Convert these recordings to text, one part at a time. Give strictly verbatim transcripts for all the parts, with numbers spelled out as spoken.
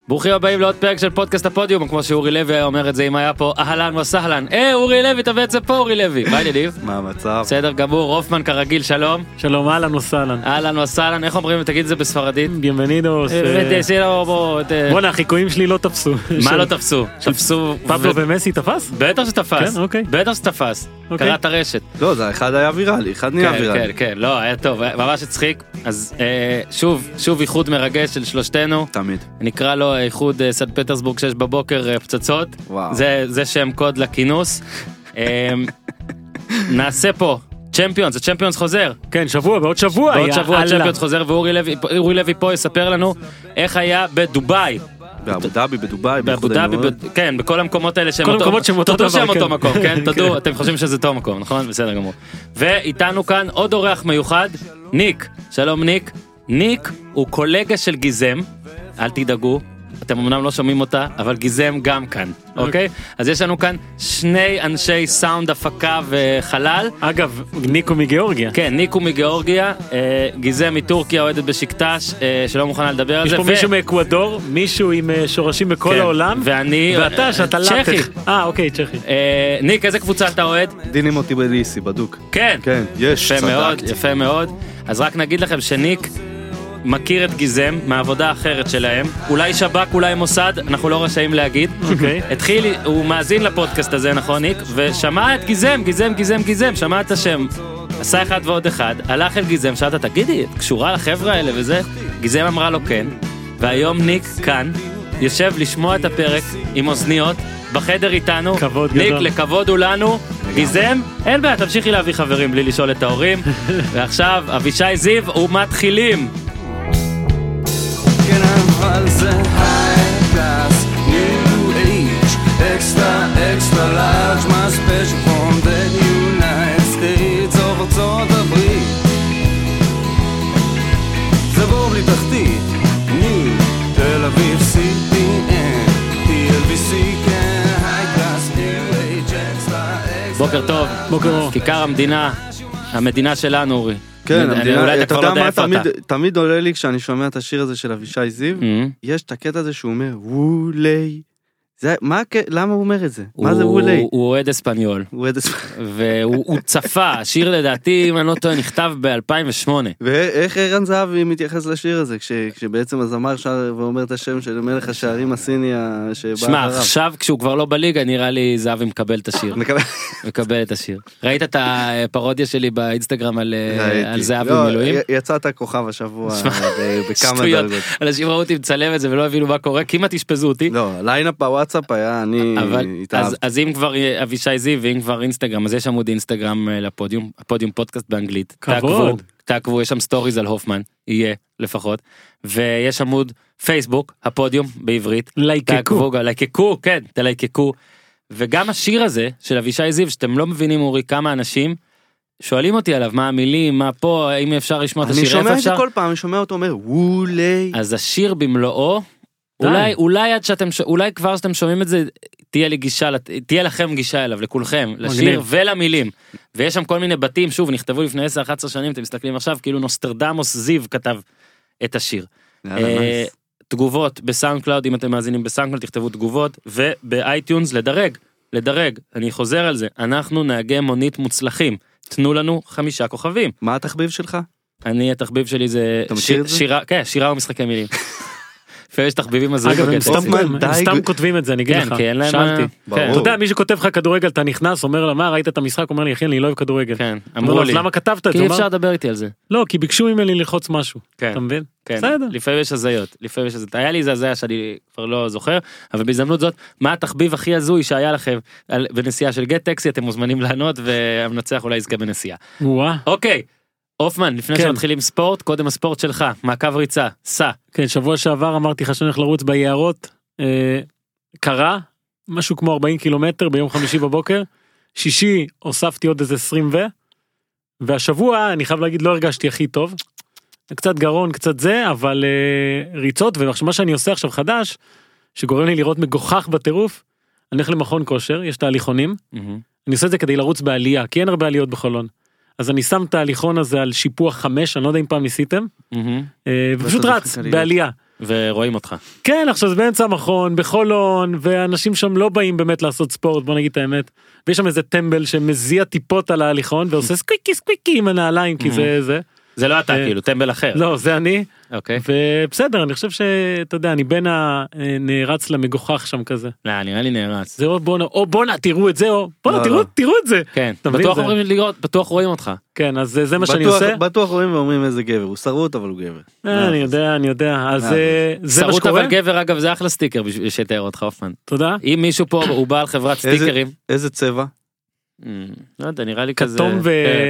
ברוכים הבאים לעוד פרק של פודקאסט הפודיום, כמו שאורי לוי אומר את זה אם היה פה, אהלן וסהלן. אה, אורי לוי, אתה בעצם פה אורי לוי. מה העניינים? מה המצב? בסדר גמור, הופמן כרגיל, שלום. שלום, אהלן וסהלן. אהלן וסהלן, איך אומרים? תגיד את זה בספרדית. ביenvenidos. בוא'נה, החיקויים שלי לא תפסו. מה לא תפסו? תפסו... פבלו ומסי תפס? בטח שתפס. כן, אוקיי. בטח שתפס. קראת הרשת. לא, זה אחד היה ויראלי, אחד נהיה ויראלי. כן, כן, לא, היה טוב, ממש הצחיק. אז שוב, שוב איחוד מרגש של שלושתנו. תמיד. נקרא לו איחוד סנט פטרסבורג שש בבוקר פצצות. זה, זה שם קוד לכינוס. נעשה פה צ'מפיונס, זה צ'מפיונס חוזר. כן, שבוע, בעוד שבוע. בעוד שבוע צ'מפיונס חוזר, ואורי לוי, אורי לוי פה יספר לנו איך היה בדוביי. באבו דאבי, בדובאי, באבו דאבי, כן, בכל המקומות האלה שהם אותו תודו שהם אותו מקום, כן, תודו, אתם חושבים שזה אותו מקום, נכון? בסדר גמור. ואיתנו כאן עוד אורח מיוחד, ניק. שלום ניק. ניק הוא קולגה של גיזם, אל תדאגו, אתם אמנם לא שומעים אותה, אבל גיזם גם כאן, אוקיי? אז יש לנו כאן שני אנשי סאונד, הפקה וחלל. אגב, ניק הוא מגיאורגיה. כן, ניק הוא מגיאורגיה, גיזם מטורקיה, אוהדת בשקטש, שלא מוכנה לדבר על זה. יש פה מישהו מאקוודור, מישהו עם שורשים בכל העולם. ואני... ואתה, שאתה לטח. אה, אוקיי, צ'כי. ניק, איזה קבוצה אתה אוהד? דינימו טיביליסי, בדוק. כן. כן, יש, יפה מאוד, צדקתי. יפה מאוד. אז רק נגיד לכם שניק מכיר את גיזם מעבודה אחרת שלהם, אולי שב"כ, אולי מוסד, אנחנו לא רשאים להגיד. אוקיי. התחיל, הוא מאזין לפודקאסט הזה, נכון ניק? ושמע את גיזם, גיזם, גיזם, גיזם, שמע את השם. עשה אחד ועוד אחד, הלך אל גיזם, שאלת, תגידי, את קשורה לחבר'ה האלה וזה? גיזם אמרה לו כן, והיום ניק כאן, יושב לשמוע את הפרק עם אוזניות, בחדר איתנו. כבוד ניק, גדול. לכבוד הוא לנו. גיזם, אין בעיה, תמשיכי להביא חברים בלי לשאול את ההורים. ועכשיו, אבישי זיו ומתחילים. כן, אבל זה high class, new age, extra, extra large, my special from the United States of ארצות הברית. זה בור בלי תחתית, new, תל אביב, סי טי אן, טי אל וי סי, כן, high class, new age, extra, extra. בוקר טוב. בוקר טוב. כיכר המדינה, המדינה שלנו, אורי. כן, אני- המדינה, אולי אתה אתה כבר לא יודע יודע מה, איפה תמיד- אתה. תמיד עולה לי כשאני שומע את השיר הזה של אבישי זיו, Mhm. יש את הקטע הזה שהוא אומר, וולי. זה- מה הק- למה הוא אומר את זה? מה זה הוא- וולי? הוא אוהד אספניול, הוא אוהד- והוא הוא צפה, השיר לדעתי, אם אני לא טועה, נכתב ב-אלפיים ושמונה. ואיך ערן זהבי מתייחס לשיר הזה, כש- כשבעצם הזמר שר ואומר את השם של מלך השערים הסיני ה- שבא שמע, אחריו. עכשיו כשהוא כבר לא בליגה, נראה לי זהבי מקבל את השיר. מקבל- מקבל את השיר. ראית את הפרודיה שלי באינסטגרם על ראיתי. על זהבי לא, במילואים? י- יצאת כוכב השבוע שמע, ב- בכמה שטויות. דרגות. אנשים ראו אותי מצלם את זה ולא הבינו מה קורה, כמעט אשפזו אותי. לא, ליינאפ בוואטסאפ היה, אני אבל התאהבתי. אז, אז אם כבר אבישי זיו ואם כבר אינסטגרם, אז יש עמוד אינסטגרם אה, לפודיום, הפודיום פודקאסט באנגלית. כבוד. תעקבו, תעקבו, יש שם סטוריז על הופמן, יהיה לפחות, ויש עמוד פייסבוק, הפודיום בעברית. לייקקו. תעקבו, גם, לייקקו, כן, תלייקקו. וגם השיר הזה של אבישי זיו, שאתם לא מבינים אורי כמה אנשים, שואלים אותי עליו, מה המילים, מה פה, האם אפשר לשמוע את אני השיר, איפה שומע את זה אפשר? כל פעם, אני שומע אותו אומר, וולי. אז השיר במלואו, די. אולי, אולי עד שאתם, ש- אולי כבר שאתם שומעים את זה, תהיה לי גישה, לת- תהיה לכם גישה אליו, לכולכם, לשיר מגניב. ולמילים. ויש שם כל מיני בתים, שוב, נכתבו לפני עשר אחת עשרה שנים, אתם מסתכלים עכשיו, כאילו נוסטרדמוס זיו כתב את השיר. יאללה, אה, נייס. תגובות בסאונד קלאוד, אם אתם מאזינים בסאונד קלאוד, תכתבו תגובות, ובאייטיונס לדרג, לדרג, אני חוזר על זה, אנחנו נהגי מונית מוצלחים, תנו לנו חמישה כוכבים. מה התחביב שלך? אני, התחביב שלי זה, אתה מכיר שיר- את זה? שירה, כן, שירה ומשחקי מילים. לפעמים יש תחביבים הזויים אגב, הם בקטע. סתם- אופמן, הם די. סתם כותבים את זה, אני אגיד כן, לך. כי אין להם... שאלתי. ברור. כן, אתה יודע, מי שכותב לך כדורגל, אתה נכנס, אומר לה, מה, ראית את המשחק? אומר לי, אחי, אני לא אוהב כדורגל. כן, אמרו אמרו לו, לי. אז למה כתבת את כי זה? אי הוא אפשר אמר, לדבר איתי על זה. לא, כי ביקשו ממני ללחוץ משהו. כן, אתה מבין? כן. בסדר. לפעמים יש הזיות, לפעמים יש הזיות. היה לי איזה הזיה שאני כבר לא זוכר, אבל בהזדמנות זאת, מה התחביב הכי הזוי שהיה לכם על- בנסיעה של גט טקסי, אתם מוזמנים לענות, והמנצח אולי יזכה בנסיעה. וואה. אוקיי, אופמן, לפני כן. שמתחילים ספורט, קודם הספורט שלך, מעקב ריצה, סע. כן, שבוע שעבר אמרתי לך שאני הולך לרוץ ביערות, אה, קרה, משהו כמו ארבעים קילומטר ביום חמישי בבוקר, שישי הוספתי עוד איזה עשרים ו, והשבוע אני חייב להגיד לא הרגשתי הכי טוב, קצת גרון, קצת זה, אבל אה, ריצות, ומה שאני עושה עכשיו חדש, שגורם לי לראות מגוחך בטירוף, אני הולך למכון כושר, יש תהליכונים, אני עושה את זה כדי לרוץ בעלייה, כי אין הרבה עליות בחולון. אז אני שם את ההליכון הזה על שיפוע חמש, אני לא יודע אם פעם ניסיתם, אה, ופשוט זה רץ מחכה לי. בעלייה. ורואים אותך. כן, עכשיו זה באמצע המכון, בחולון, ואנשים שם לא באים באמת לעשות ספורט, בוא נגיד את האמת. ויש שם איזה טמבל שמזיע טיפות על ההליכון, ועושה סקוויקי סקוויקי עם הנעליים, כי זה זה. זה לא אתה, כאילו, טמבל אחר. לא, זה אני. אוקיי. ובסדר, אני חושב שאתה יודע, אני בין הנערץ למגוחך שם כזה. לא, נראה לי נערץ. זה או בונה, או בונה, תראו את זה, או בונה, תראו, תראו את זה. כן, בטוח אומרים לראות, בטוח רואים אותך. כן, אז זה מה שאני עושה. בטוח רואים ואומרים איזה גבר, הוא שרוט אבל הוא גבר. אני יודע, אני יודע, אז זה מה שקורה. שרוט אבל גבר, אגב, זה אחלה סטיקר שתאר אותך, אופן. תודה. אם מישהו פה הוא בעל חברת סטיקרים. איזה צבע? לא יודע, נראה לי כזה. כתום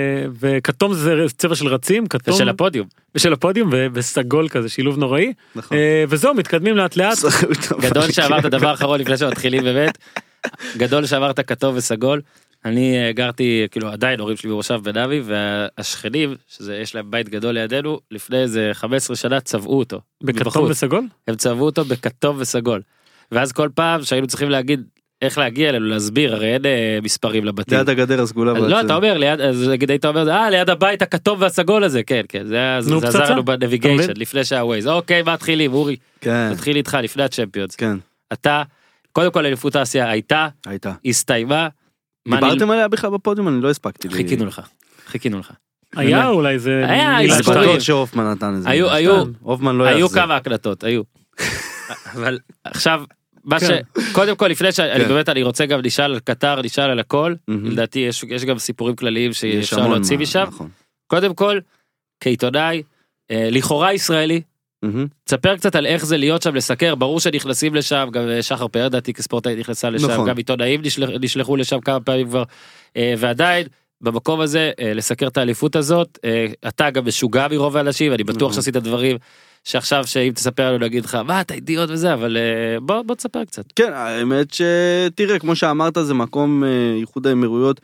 וכתום זה צבע של רצים, כתום. ושל הפודיום. ושל הפודיום וסגול כזה, שילוב נוראי. וזהו, מתקדמים לאט לאט. גדול שעברת דבר אחרון לפני שמתחילים באמת. גדול שעברת כתוב וסגול. אני גרתי, כאילו עדיין הורים שלי במושב בן אבי, והשכנים, שיש להם בית גדול לידינו, לפני איזה חמש עשרה שנה צבעו אותו. בכתום וסגול? הם צבעו אותו בכתום וסגול. ואז כל פעם שהיינו צריכים להגיד, איך להגיע אלינו, להסביר, הרי אין מספרים לבתים. ליד הגדר הסגולה. לא, אתה אומר, אז נגיד היית אומר, אה, ליד הבית הכתום והסגול הזה, כן, כן, זה עזר לנו בנביגיישן, לפני שהווייז, אוקיי, מה התחילים, אורי? נתחיל איתך לפני הצ'מפיונס. אתה, קודם כל אליפות אסיה הייתה, הייתה. הסתיימה. דיברתם עליה בכלל בפודיום, אני לא הספקתי. חיכינו לך, חיכינו לך. היה אולי זה... היה, ההקלטות שהופמן נתן את זה. היו, היו, לא היו כמה הקלטות, היו. אבל עכשיו, מה ש... קודם כל, לפני שאני באמת, אני רוצה גם לשאול על קטר, לשאול על הכל, לדעתי יש גם סיפורים כלליים שאפשר להוציא משם. קודם כל, כעיתונאי, לכאורה ישראלי, תספר קצת על איך זה להיות שם לסקר, ברור שנכנסים לשם, גם שחר פאר דעתי כספורטאי נכנסה לשם, גם עיתונאים נשלחו לשם כמה פעמים כבר, ועדיין במקום הזה לסקר את האליפות הזאת, אתה גם משוגע מרוב האנשים, אני בטוח שעשית דברים שעכשיו שאם תספר לנו נגיד לך, מה אתה אידיוט וזה, אבל בוא בוא תספר קצת. כן, האמת שתראה, כמו שאמרת, זה מקום איחוד האמירויות,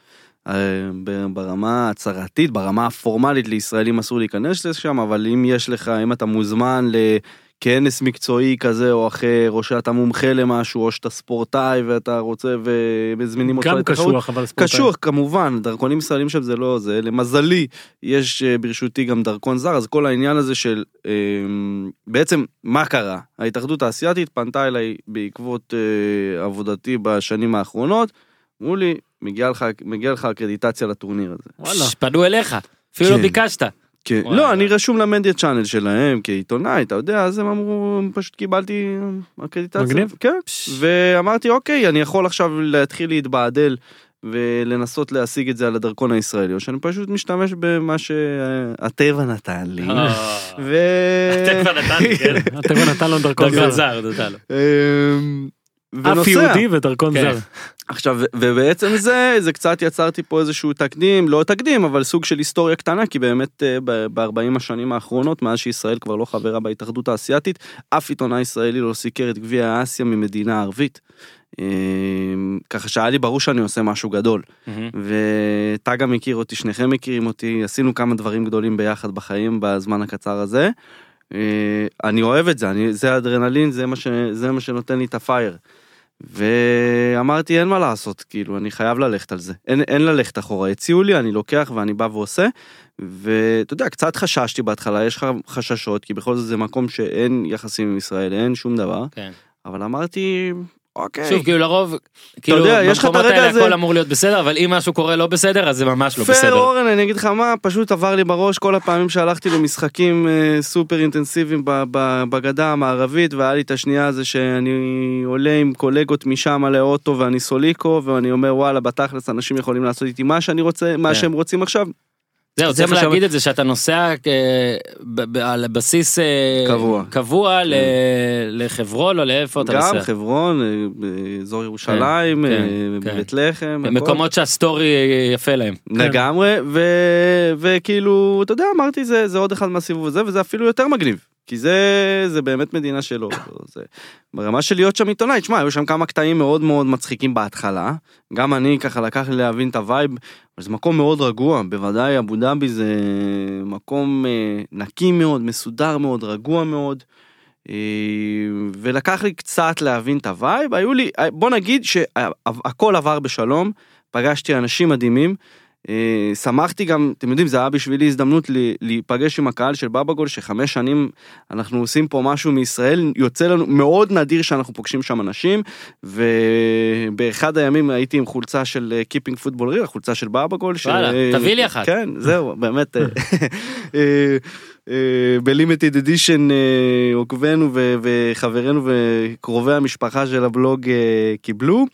ברמה הצהרתית, ברמה הפורמלית לישראלים אסור להיכנס לשם, אבל אם יש לך, אם אתה מוזמן לכנס מקצועי כזה או אחר, או שאתה מומחה למשהו, או שאתה ספורטאי ואתה רוצה ומזמינים אותך לתחרות. גם קשוח, אבל ספורטאי. קשוח, כמובן, דרכונים ישראלים שם זה לא זה, למזלי, יש ברשותי גם דרכון זר, אז כל העניין הזה של, בעצם, מה קרה? ההתאחדות האסייתית פנתה אליי בעקבות עבודתי בשנים האחרונות, אמרו לי, מגיע לך, מגיע לך אקרדיטציה לטורניר הזה. וואלה. פנו אליך, אפילו לא ביקשת. כן. לא, אני רשום למדיה צ'אנל שלהם, כעיתונאי, אתה יודע, אז הם אמרו, פשוט קיבלתי אקרדיטציה. מגניב? כן. ואמרתי, אוקיי, אני יכול עכשיו להתחיל להתבעדל, ולנסות להשיג את זה על הדרכון הישראלי, או שאני פשוט משתמש במה שהטבע נתן לי. הטבע נתן לי, כן. הטבע נתן לו דרכון זר. דרכון זר, נתן לו. אף יהודי ודרכון זר. עכשיו, ובעצם זה, זה קצת יצרתי פה איזשהו תקדים, לא תקדים, אבל סוג של היסטוריה קטנה, כי באמת ב-ארבעים השנים האחרונות, מאז שישראל כבר לא חברה בהתאחדות האסייתית, אף עיתונאי ישראלי לא סיקר את גביע האסיה ממדינה ערבית. ככה שהיה לי ברור שאני עושה משהו גדול. ואתה גם מכיר אותי, שניכם מכירים אותי, עשינו כמה דברים גדולים ביחד בחיים בזמן הקצר הזה. אני אוהב את זה, אני, זה אדרנלין, זה מה ש, זה מה שנותן לי את הפייר. ואמרתי, אין מה לעשות, כאילו, אני חייב ללכת על זה. אין, אין ללכת אחורה. הציעו לי, אני לוקח ואני בא ועושה. ואתה יודע, קצת חששתי בהתחלה, יש לך חששות, כי בכל זאת זה מקום שאין יחסים עם ישראל, אין שום דבר. כן. אבל אמרתי, אוקיי. שוב, כאילו לרוב, כאילו, במקומות האלה הכל אמור להיות בסדר, אבל אם משהו קורה לא בסדר, אז זה ממש לא בסדר. פייר אורן, אני אגיד לך מה, פשוט עבר לי בראש כל הפעמים שהלכתי למשחקים סופר אינטנסיביים בגדה המערבית, והיה לי את השנייה הזה שאני עולה עם קולגות משם על האוטו, ואני סוליקו, ואני אומר, וואלה, בתכלס, אנשים יכולים לעשות איתי מה שאני רוצה, מה שהם רוצים עכשיו. זהו, צריך להגיד את זה, שאתה נוסע על בסיס קבוע לחברון או לאיפה אתה נוסע? גם חברון, באזור ירושלים, בבית לחם. מקומות שהסטורי יפה להם. לגמרי, וכאילו, אתה יודע, אמרתי, זה עוד אחד מהסיבוב הזה, וזה אפילו יותר מגניב. כי זה, זה באמת מדינה שלו. זה, ברמה של להיות שם עיתונאי, תשמע, היו שם כמה קטעים מאוד מאוד מצחיקים בהתחלה, גם אני ככה לקח לי להבין את הווייב, אבל זה מקום מאוד רגוע, בוודאי אבו דאבי זה מקום נקי מאוד, מסודר מאוד, רגוע מאוד, ולקח לי קצת להבין את הווייב, היו לי, בוא נגיד שהכל עבר בשלום, פגשתי אנשים מדהימים, שמחתי גם, אתם יודעים, זה היה בשבילי הזדמנות להיפגש עם הקהל של בבא-גול, שחמש שנים אנחנו עושים פה משהו מישראל, יוצא לנו מאוד נדיר שאנחנו פוגשים שם אנשים, ובאחד הימים הייתי עם חולצה של קיפינג פוטבול ריר, החולצה של בבא-גול. וואלה, תביא לי אחת. כן, זהו, באמת, בלימיטד אדישן עוקבנו וחברנו וקרובי המשפחה של הבלוג קיבלו,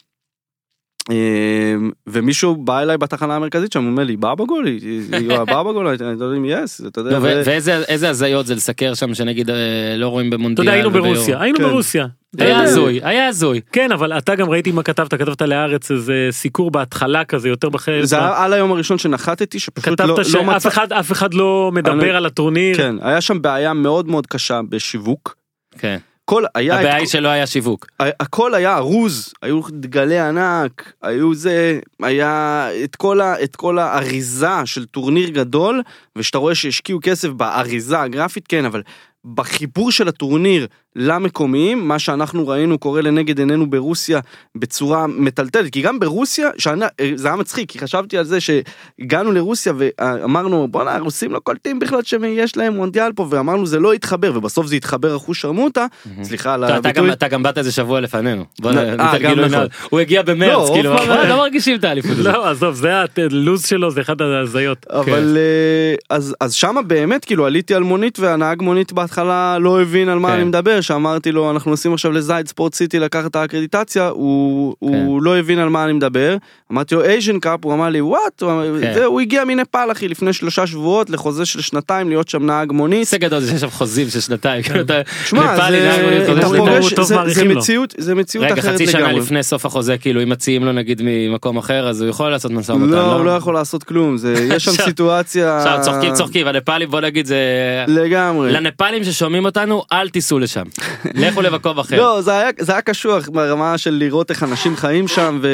ומישהו בא אליי בתחנה המרכזית שם, הוא אומר לי, בבא-גול, בבא-גול, אני לא יודע אם יס, אתה יודע. ואיזה הזיות זה לסקר שם, שנגיד לא רואים במונדיאל. אתה יודע, היינו ברוסיה, היינו ברוסיה. היה הזוי, היה הזוי. כן, אבל אתה גם ראיתי מה כתבת, כתבת לארץ איזה סיקור בהתחלה כזה, יותר בחלק. זה היה על היום הראשון שנחתתי, שפשוט לא... כתבת שאף אחד לא מדבר על הטורניר. כן, היה שם בעיה מאוד מאוד קשה בשיווק. כן. הבעיה היא שלא היה שיווק. הכל היה ארוז, היו דגלי ענק, היו זה, היה את כל, את כל האריזה של טורניר גדול, ושאתה רואה שהשקיעו כסף באריזה הגרפית, כן, אבל בחיבור של הטורניר למקומיים, מה שאנחנו ראינו קורה לנגד עינינו ברוסיה בצורה מטלטלת, כי גם ברוסיה, שאני, זה היה מצחיק, כי חשבתי על זה שהגענו לרוסיה ואמרנו, בוא נה, הרוסים לא קולטים בכלל שיש להם מונדיאל פה, ואמרנו זה לא יתחבר, ובסוף זה יתחבר אחוש שרמוטה, סליחה על הביטוי. אתה גם באת איזה שבוע לפנינו, הוא הגיע במרץ, כאילו, לא מרגישים את האליפות. לא, עזוב, זה הלוז שלו, זה אחד ההזיות. אבל, אז שמה באמת, כאילו, עליתי על מונית, והנהג מונית בהתחלה לא הבין על מה אני מדבר, שאמרתי לו, אנחנו נוסעים עכשיו לזייד ספורט סיטי לקחת את האקרדיטציה, הוא, כן. הוא לא הבין על מה אני מדבר, אמרתי לו, אייז'ן קאפ, הוא אמר לי, וואט? כן. זה, הוא הגיע מנפאל, אחי, לפני שלושה שבועות, לחוזה של שנתיים, להיות שם נהג מונית. זה גדול, זה שם חוזים של שנתיים. שמה, זה מציאות, זה מציאות אחרת לגמרי. רגע, חצי שנה לפני סוף החוזה, כאילו, אם מציעים לו נגיד ממקום אחר, אז הוא יכול לעשות משא ומתן, לא, הוא לא יכול לעשות כלום, יש שם סיטואציה... עכשיו, צוחקים, צוחקים, הנפאלים, בוא נגיד, זה... לגמרי. לנפאלים ששומעים אותנו, אל תיסעו לשם. לכו למקום אחר. לא, זה היה, זה היה קשוח ברמה של לראות איך אנשים חיים שם, ו...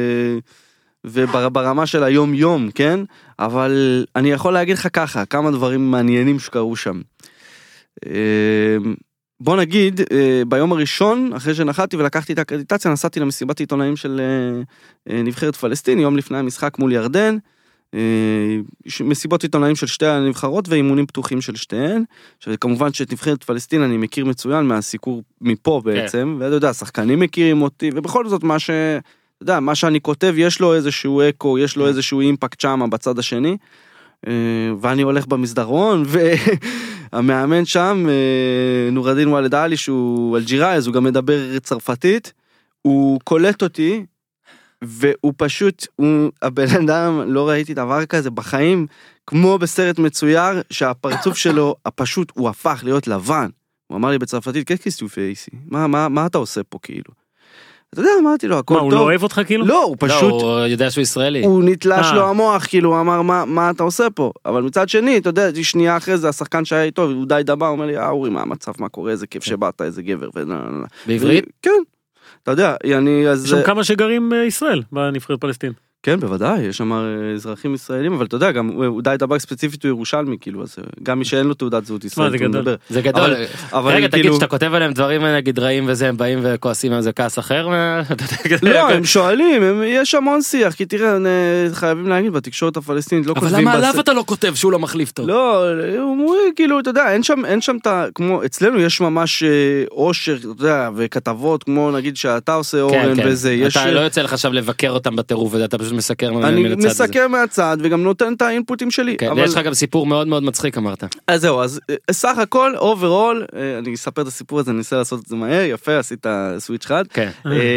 וברמה של היום יום, כן? אבל אני יכול להגיד לך ככה, כמה דברים מעניינים שקרו שם. בוא נגיד, ביום הראשון, אחרי שנחתי ולקחתי את האקרדיטציה, נסעתי למסיבת עיתונאים של נבחרת פלסטין, יום לפני המשחק מול ירדן, מסיבות עיתונאים של שתי הנבחרות ואימונים פתוחים של שתיהן, שכמובן שאת נבחרת פלסטין אני מכיר מצוין מהסיקור מפה בעצם, ואתה יודע, השחקנים מכירים אותי, ובכל זאת מה ש... אתה יודע, מה שאני כותב, יש לו איזשהו אקו, יש לו איזשהו אימפקט שם בצד השני, ואני הולך במסדרון, והמאמן שם, נורדין וואלד עלי, שהוא אלג'יראי, אז הוא גם מדבר צרפתית, הוא קולט אותי, והוא פשוט, הוא, הבן אדם, לא ראיתי דבר כזה בחיים, כמו בסרט מצויר, שהפרצוף שלו, הפשוט, הוא הפך להיות לבן. הוא אמר לי בצרפתית, qu'est-ce que tu fais ici? מה, מה, מה אתה עושה פה כאילו? אתה יודע, אמרתי לו, הכל מה, טוב. הוא לא אוהב אותך כאילו? לא, הוא פשוט... לא, הוא יודע שהוא ישראלי. הוא נתלש לו המוח, כאילו, הוא אמר, מה, מה אתה עושה פה? אבל מצד שני, אתה יודע, שנייה אחרי זה, השחקן שהיה איתו, הוא די דבה, הוא אומר לי, אה, אורי, מה המצב, מה קורה, איזה כיף שבאת, איזה גבר, ו... בעברית? כן. אתה יודע, אני אז... יש שם כמה שגרים ישראל, בנבחרת פלסטין. כן, בוודאי, יש שם אזרחים ישראלים, אבל אתה יודע, גם הוא די דבק ספציפית הוא ירושלמי, כאילו, אז גם מי שאין לו תעודת זהות ישראלית, זה גדול. זה גדול. רגע, תגיד, שאתה כותב עליהם דברים, נגיד, רעים וזה, הם באים וכועסים על זה כעס אחר? לא, הם שואלים, יש המון שיח, כי תראה, חייבים להגיד, בתקשורת הפלסטינית לא כותבים... אבל למה עליו אתה לא כותב שהוא לא מחליף טוב? לא, כאילו, אתה יודע, אין שם את ה... כמו, אצלנו יש ממש עושר, אתה יודע, וכתבות, כמו נגיד שאתה עושה אורן וזה, יש... אתה לא יוצא לך עכשיו לבקר אותם בטירוף וזה, אתה פשוט מסקר מהצד. אני מסקר מהצד וגם נותן את האינפוטים שלי. כן, יש לך גם סיפור מאוד מאוד מצחיק אמרת. אז זהו, אז סך הכל, אוברול, אני אספר את הסיפור הזה, אני אנסה לעשות את זה מהר, יפה, עשית סוויץ' חד. כן.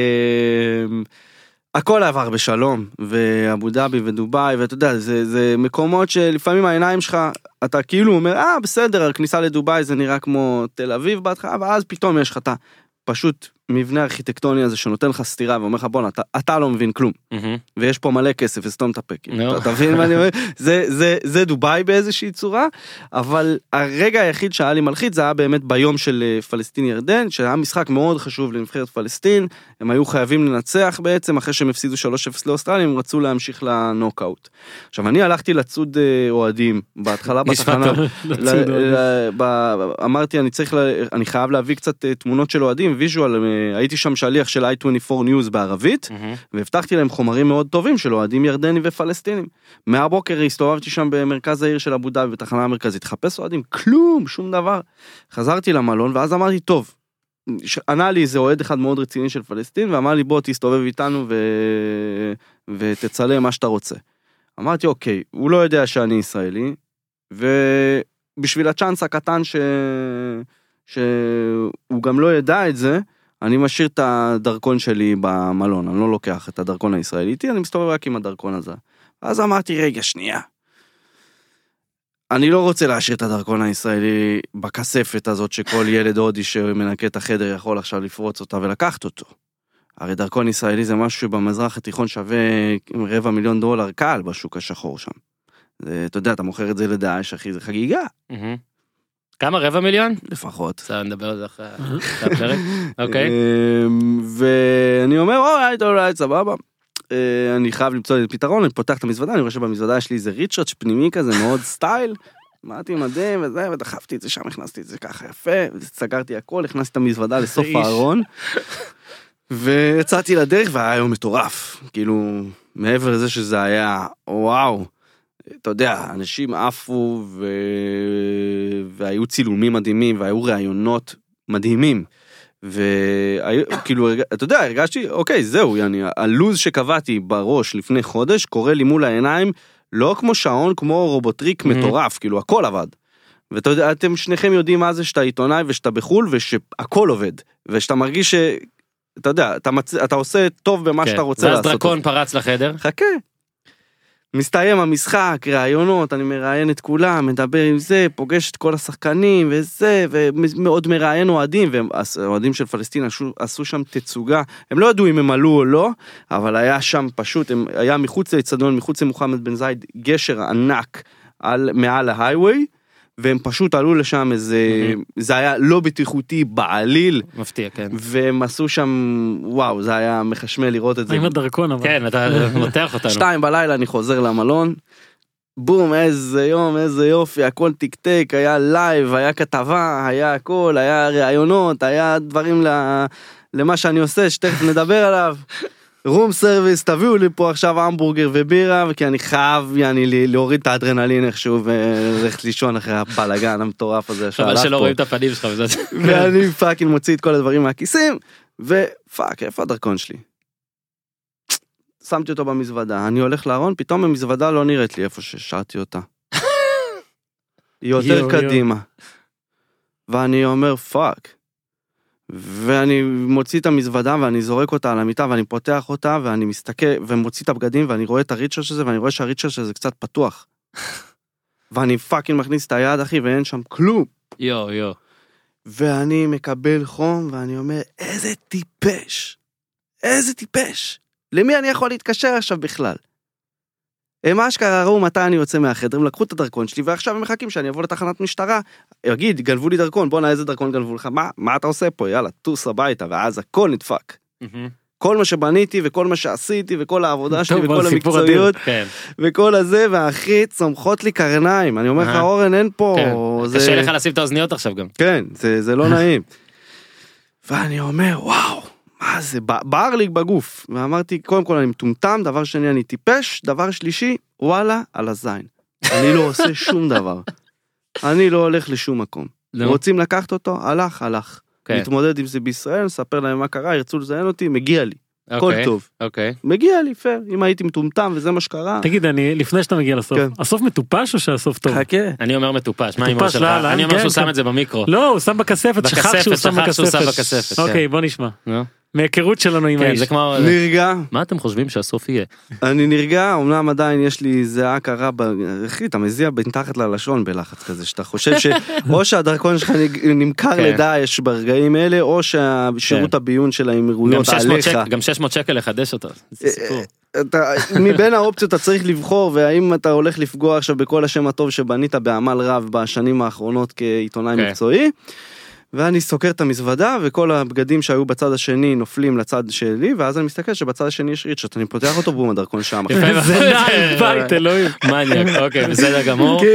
הכל עבר בשלום, ואבו דאבי ודוביי, ואתה יודע, זה, זה מקומות שלפעמים העיניים שלך, אתה כאילו אומר, אה, בסדר, הכניסה לדוביי זה נראה כמו תל אביב בהתחלה, ואז פתאום יש לך את פשוט מבנה ארכיטקטוני הזה שנותן לך סתירה, ואומר לך, בוא, אתה, אתה לא מבין כלום. ויש פה מלא כסף, וסתום את הפק. אתה מבין מה אני אומר? זה, זה, זה דוביי באיזושהי צורה, אבל הרגע היחיד שהיה לי מלחיץ, זה היה באמת ביום של פלסטין ירדן, שהיה משחק מאוד חשוב לנבחרת פלסטין, הם היו חייבים לנצח בעצם, אחרי שהם הפסידו שלוש אפס לאוסטרליה, הם רצו להמשיך לנוקאוט. עכשיו, אני הלכתי לצוד אוהדים, בהתחלה בתחנה, אמרתי, אני צריך, אני חייב להביא קצת תמונות של אוהדים, ויז'ואל הייתי שם שליח של איי עשרים וארבע News בערבית, והבטחתי להם חומרים מאוד טובים של אוהדים ירדנים ופלסטינים. מהבוקר הסתובבתי שם במרכז העיר של אבו דאבי, בתחנה המרכזית, חפש אוהדים, כלום, שום דבר. חזרתי למלון, ואז אמרתי, טוב, ענה לי איזה אוהד אחד מאוד רציני של פלסטין, ואמר לי, בוא תסתובב איתנו ו... ותצלם מה שאתה רוצה. אמרתי, אוקיי, הוא לא יודע שאני ישראלי, ובשביל הצ'אנס הקטן ש... שהוא גם לא ידע את זה, אני משאיר את הדרכון שלי במלון, אני לא לוקח את הדרכון הישראלי איתי, אני מסתובב רק עם הדרכון הזה. אז אמרתי, רגע, שנייה. אני לא רוצה להשאיר את הדרכון הישראלי בכספת הזאת, שכל ילד הודי שמנקה את החדר יכול עכשיו לפרוץ אותה ולקחת אותו. הרי דרכון ישראלי זה משהו שבמזרח התיכון שווה רבע מיליון דולר קל בשוק השחור שם. זה, אתה יודע, אתה מוכר את זה לדאעש, אחי, זה חגיגה. כמה, רבע מיליון? לפחות. בסדר, נדבר על זה אחרי הפרק. אוקיי. ואני אומר, אוי, אולי, סבבה. אני חייב למצוא את פתרון, אני פותח את המזוודה, אני רואה שבמזוודה יש לי איזה ריצ'רץ' פנימי כזה, מאוד סטייל. אמרתי מדהים וזה, ודחפתי את זה שם, הכנסתי את זה ככה יפה, וסגרתי הכל, הכנסתי את המזוודה לסוף הארון. ויצאתי לדרך והיה היום מטורף, כאילו מעבר לזה שזה היה וואו, אתה יודע, אנשים עפו ו... והיו צילומים מדהימים והיו ראיונות מדהימים, וכאילו אתה יודע, הרגשתי אוקיי זהו, יעני, הלוז שקבעתי בראש לפני חודש קורה לי מול העיניים, לא כמו שעון, כמו רובוטריק מטורף, כאילו הכל עבד. ואתה יודע, אתם שניכם יודעים מה זה שאתה עיתונאי ושאתה בחול ושהכל עובד, ושאתה מרגיש ש... אתה יודע, אתה, מצ... אתה עושה טוב במה שאתה רוצה לעשות. ואז דרקון פרץ לחדר. חכה. מסתיים המשחק, ראיונות, אני מראיין את כולם, מדבר עם זה, פוגש את כל השחקנים וזה, ומאוד מראיין אוהדים, והאוהדים של פלסטין עשו, עשו שם תצוגה, הם לא ידעו אם הם עלו או לא, אבל היה שם פשוט, הם, היה מחוץ לאצטדיון, מחוץ למוחמד בן זייד, גשר ענק על, מעל ההייווי, והם פשוט עלו לשם איזה, זה היה לא בטיחותי בעליל. מפתיע, כן. והם עשו שם, וואו, זה היה מחשמל לראות את זה. עם הדרכון, אבל. כן, אתה מותח אותנו. שתיים בלילה אני חוזר למלון, בום, איזה יום, איזה יופי, הכל טק-טק, היה לייב, היה כתבה, היה הכל, היה ראיונות, היה דברים למה שאני עושה, שתכף נדבר עליו. רום סרוויס, תביאו לי פה עכשיו המבורגר ובירה, וכי אני חייב יעני, להוריד את האדרנלין איכשהו, ולכת לישון אחרי הבלגן המטורף הזה שהלך פה. אבל שלא רואים את הפנים שלך. ואני פאקינג מוציא את כל הדברים מהכיסים, ופאק, איפה הדרכון שלי? שמתי אותו במזוודה, אני הולך לארון, פתאום המזוודה לא נראית לי איפה ששרתי אותה. היא יותר קדימה. ואני אומר פאק. ואני מוציא את המזוודה ואני זורק אותה על המיטה ואני פותח אותה ואני מסתכל ומוציא את הבגדים ואני רואה את הריצ'ר שזה ואני רואה שהריצ'ר שזה קצת פתוח. ואני פאקינג מכניס את היד אחי ואין שם כלום. יו יו. ואני מקבל חום ואני אומר איזה טיפש. איזה טיפש. למי אני יכול להתקשר עכשיו בכלל? הם אשכרה ראו מתי אני יוצא מהחדר, הם לקחו את הדרכון שלי, ועכשיו הם מחכים שאני אבוא לתחנת משטרה, יגיד, גנבו לי דרכון, בוא נע איזה דרכון גנבו לך, מה, מה אתה עושה פה, יאללה, טוס הביתה, ואז הכל נדפק. כל מה שבניתי, וכל מה שעשיתי, וכל העבודה שלי, וכל המקצועיות, וכל הזה, והאחי צומחות לי קרניים, אני אומר לך, אורן, אין פה... קשה לך לשים את האוזניות עכשיו גם. כן, זה לא נעים. ואני אומר, וואו. מה זה, בער לי בגוף, ואמרתי, קודם כל אני מטומטם, דבר שני אני טיפש, דבר שלישי, וואלה, על הזין. אני לא עושה שום דבר. אני לא הולך לשום מקום. רוצים לקחת אותו, הלך, הלך. מתמודד עם זה בישראל, מספר להם מה קרה, ירצו לזיין אותי, מגיע לי. הכל טוב. מגיע לי, פייר, אם הייתי מטומטם וזה מה שקרה. תגיד, אני, לפני שאתה מגיע לסוף, הסוף מטופש או שהסוף טוב? חכה. אני אומר מטופש, מה אמא שלך? אני אומר שהוא שם את זה במיקרו. לא, הוא שם בכספת, שכח שהוא שם בכספת. אוקיי, בוא נשמע. מהיכרות שלנו עם האיש. נרגע. מה אתם חושבים שהסוף יהיה? אני נרגע, אמנם עדיין יש לי זהה קרה, אחי, אתה מזיע מתחת ללשון בלחץ כזה, שאתה חושב שאו שהדרכון שלך נמכר לדאעש ברגעים אלה, או שהשירות הביון של האמירויות עליך. גם שש מאות שקל לחדש אותו, זה סיפור. מבין האופציות אתה צריך לבחור, והאם אתה הולך לפגוע עכשיו בכל השם הטוב שבנית בעמל רב בשנים האחרונות כעיתונאי מקצועי, ואני סוקר את המזוודה, וכל הבגדים שהיו בצד השני נופלים לצד שלי, ואז אני מסתכל שבצד השני יש ריצ'רט, אני פותח אותו בום הדרכון שם. זה נעל בית, אלוהים. מניאק, אוקיי, בסדר גמור. כיף.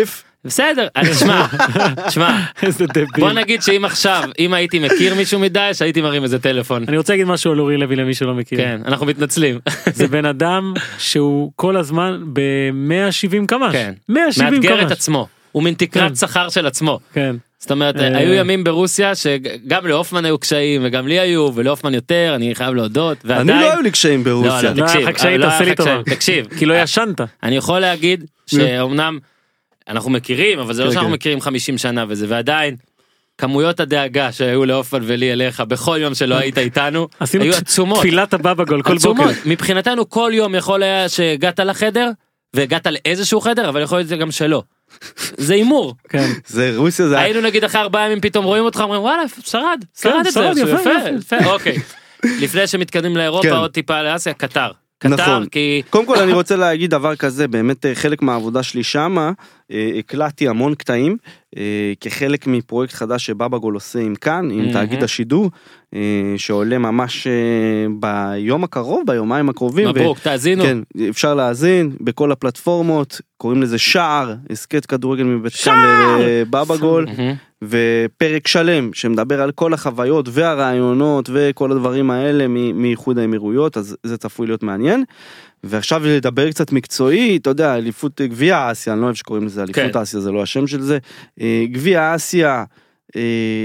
בסדר, אני שמע, שמע, איזה דביל. בוא נגיד שאם עכשיו, אם הייתי מכיר מישהו מדאעש, הייתי מרים איזה טלפון. אני רוצה להגיד משהו על אורי לוי למי שלא מכיר. כן, אנחנו מתנצלים. זה בן אדם שהוא כל הזמן ב-מאה ושבעים קמ"ש. כן. מאה שבעים מאתגר את קמ"ש. עצמו, הוא מין תקרת שכר של עצמו. כן. זאת אומרת, אה. היו ימים ברוסיה שגם לאופמן היו קשיים, וגם לי היו, ולאופמן יותר, אני חייב להודות, ועדיין... אני לא היו לי קשיים ברוסיה. לא, לא היה לך קשיים, לא היה תעשה לי לך קשיים. טובה. תקשיב, כי לא ישנת. אני יכול להגיד שאומנם אנחנו מכירים, אבל זה לא כן, שאנחנו כן. מכירים חמישים שנה וזה, ועדיין, כמויות הדאגה שהיו לאופן ולי אליך בכל יום שלא היית איתנו, עשינו היו ת- עצומות. תפילת הבא בגול כל בוקר. עצומות. מבחינתנו כל יום יכול היה שהגעת לחדר, והגעת לאיזשהו חדר, אבל יכול להיות זה גם שלא. זה אימור. כן. זה רוסיה, זה... היינו נגיד אחרי ארבעה ימים פתאום רואים אותך, אומרים וואלה, שרד, שרד את זה, שרד, איכשהו, יפה, יפה, יפה, אוקיי. לפני שמתקדמים לאירופה, כן. עוד טיפה לאסיה, קטר. קטר, נכון. כי... קודם כל אני רוצה להגיד דבר כזה, באמת אה, חלק מהעבודה שלי שמה, אה, הקלטתי המון קטעים, אה, כחלק מפרויקט חדש שבאבגול עושה עם כאן, עם Mhm. תאגיד השידור, אה, שעולה ממש אה, ביום הקרוב, ביומיים הקרובים. מברוק, תאזינו. כן, אפשר להאזין בכל הפלטפורמות, קוראים לזה שער, הסקט כדורגל מבית כאן בבגול, מהמם. ופרק שלם שמדבר על כל החוויות והרעיונות וכל הדברים האלה מ- מאיחוד האמירויות, אז זה צפוי להיות מעניין. ועכשיו לדבר קצת מקצועי, אתה יודע, אליפות גביע אסיה, אני לא אוהב שקוראים לזה אליפות כן. אסיה, זה לא השם של זה. אה, גביע אסיה, אה,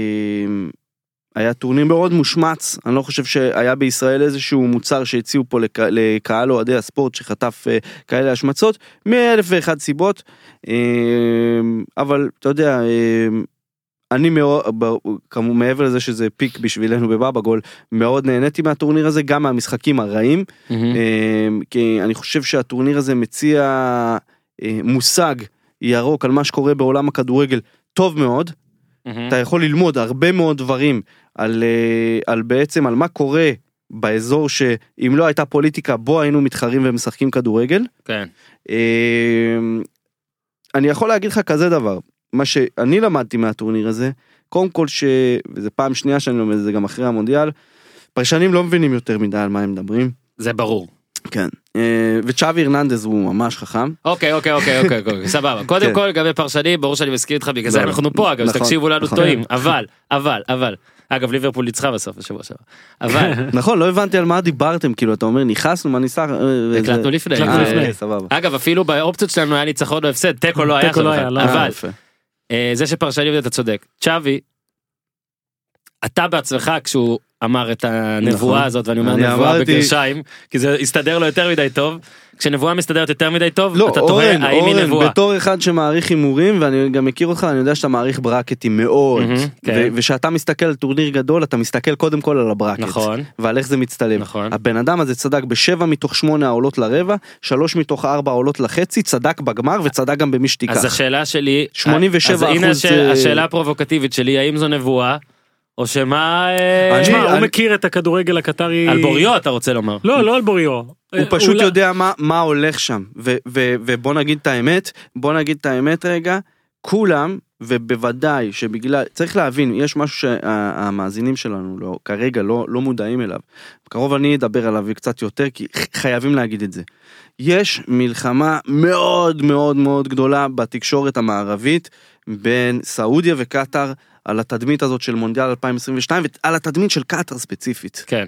היה טורניר מאוד מושמץ, אני לא חושב שהיה בישראל איזשהו מוצר שהציעו פה לק... לקהל אוהדי הספורט שחטף אה, כאלה השמצות, מאלף ואחד סיבות, אה, אבל אתה יודע, אה, אני מאוד, כמו מעבר לזה שזה פיק בשבילנו בבאבגול, מאוד נהניתי מהטורניר הזה, גם מהמשחקים הרעים, מהמם. אה, כי אני חושב שהטורניר הזה מציע אה, מושג ירוק על מה שקורה בעולם הכדורגל טוב מאוד, מהמם. אתה יכול ללמוד הרבה מאוד דברים על, אה, על בעצם על מה קורה באזור שאם לא הייתה פוליטיקה בו היינו מתחרים ומשחקים כדורגל. כן. אה, אני יכול להגיד לך כזה דבר, מה שאני למדתי מהטורניר הזה, קודם כל ש... וזה פעם שנייה שאני לומד את זה גם אחרי המונדיאל, פרשנים לא מבינים יותר מדי על מה הם מדברים. זה ברור. כן. אה, וצ'אבי הרננדז הוא ממש חכם. אוקיי, אוקיי, אוקיי, אוקיי, אוקיי, סבבה. קודם כן. כל, לגבי פרשנים, ברור שאני מסכים איתך, בגלל זה לא, לא. אנחנו פה, אגב, אז נכון, תקשיבו לנו נכון. טועים. אבל, אבל, אבל. אגב, ליברפול ניצחה בסוף השבוע שעבר. אבל, נכון, לא הבנתי על מה דיברתם, כאילו, אתה אומר, נכנסנו, מה ניסה... הקלטנו לפני. הקלטנו אה, לפני. סבבה. אגב, אפילו באופציות שלנו היה ניצחון או הפסד, תיקו לא היה. תיקו לא שם היה, אחד. לא. אבל, אה, יפה. אה, זה שפרשנים אתה צודק. צ'אבי, אתה בעצמך כשהוא אמר את הנבואה נכון. הזאת, ואני אומר אני נבואה אמרתי- בגרשיים, כי זה הסתדר לו יותר מדי טוב, כשנבואה מסתדרת יותר מדי טוב, לא, אתה אורן, תוהה האם היא אורן, נבואה. בתור אחד שמעריך הימורים, ואני גם מכיר אותך, אני יודע שאתה מעריך ברקטים מאוד, מהמם, כן. ו- ושאתה מסתכל על טורניר גדול, אתה מסתכל קודם כל על הברקט, נכון. ועל איך זה מצטלם. נכון. הבן אדם הזה צדק בשבע מתוך שמונה העולות לרבע, שלוש מתוך ארבע העולות לחצי, צדק בגמר וצדק גם במי שתיקח. אז השאלה שלי, שמונים ושבע אז הנה אחוז, השאלה, אה, השאלה הפרובוקטיבית שלי, האם זו נבואה, או שמה, אה, אני- תשמע, הוא אני- מכיר את הכדורגל הקטרי. על בוריו אתה רוצה לומר. לא, לא על בוריו. הוא פשוט אולי- יודע מה, מה הולך שם, ו, ו, ובוא נגיד את האמת, בוא נגיד את האמת רגע, כולם, ובוודאי שבגלל, צריך להבין, יש משהו שהמאזינים שלנו לא, כרגע לא, לא מודעים אליו, בקרוב אני אדבר עליו קצת יותר, כי חייבים להגיד את זה. יש מלחמה מאוד מאוד מאוד גדולה בתקשורת המערבית, בין סעודיה וקטר, על התדמית הזאת של מונדיאל אלפיים עשרים ושתיים, ועל התדמית של קטר ספציפית. כן.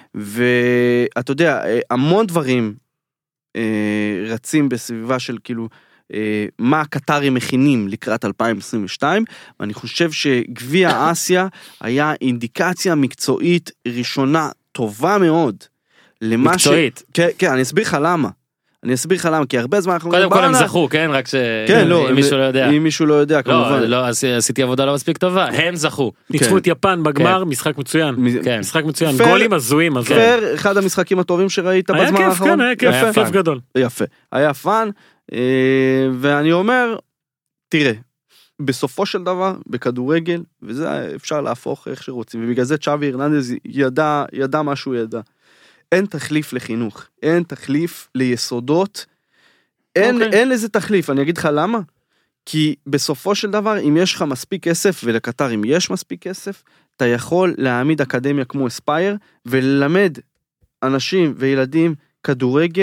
ואתה יודע, המון דברים אה, רצים בסביבה של כאילו, אה, מה הקטרים מכינים לקראת אלפיים עשרים ושתיים, ואני חושב שגביע אסיה היה אינדיקציה מקצועית ראשונה טובה מאוד. למה מקצועית. ש... כן, כן, אני אסביר לך למה. אני אסביר לך למה, כי הרבה זמן אנחנו... קודם כל הם בואנה- זכו, כן? רק ש... כן, לא, אם מישהו לא יודע. אם מישהו לא יודע, לא, כמובן. לא, עשי- עשיתי עבודה לא מספיק טובה, הם זכו. ניצחו כן. את יפן בגמר, משחק מצוין. כן. משחק מצוין, פייר- גולים הזויים. הזויים. פייר, אחד המשחקים הטובים שראית היה בזמן כיף, האחרון. כן, היה כיף, היה כיף פאן. גדול. יפה, היה פאן, אה, ואני אומר, תראה, בסופו של דבר, בכדורגל, וזה אפשר להפוך איך שרוצים, ובגלל זה צ'אבי הרננדז ידע, ידע מה שהוא ידע. אין תחליף לחינוך, אין תחליף ליסודות, אין, אוקיי. אין לזה תחליף, אני אגיד לך למה? כי בסופו של דבר, אם יש לך מספיק כסף, ולקטר אם יש מספיק כסף, אתה יכול להעמיד אקדמיה כמו אספייר, וללמד אנשים וילדים כדורגל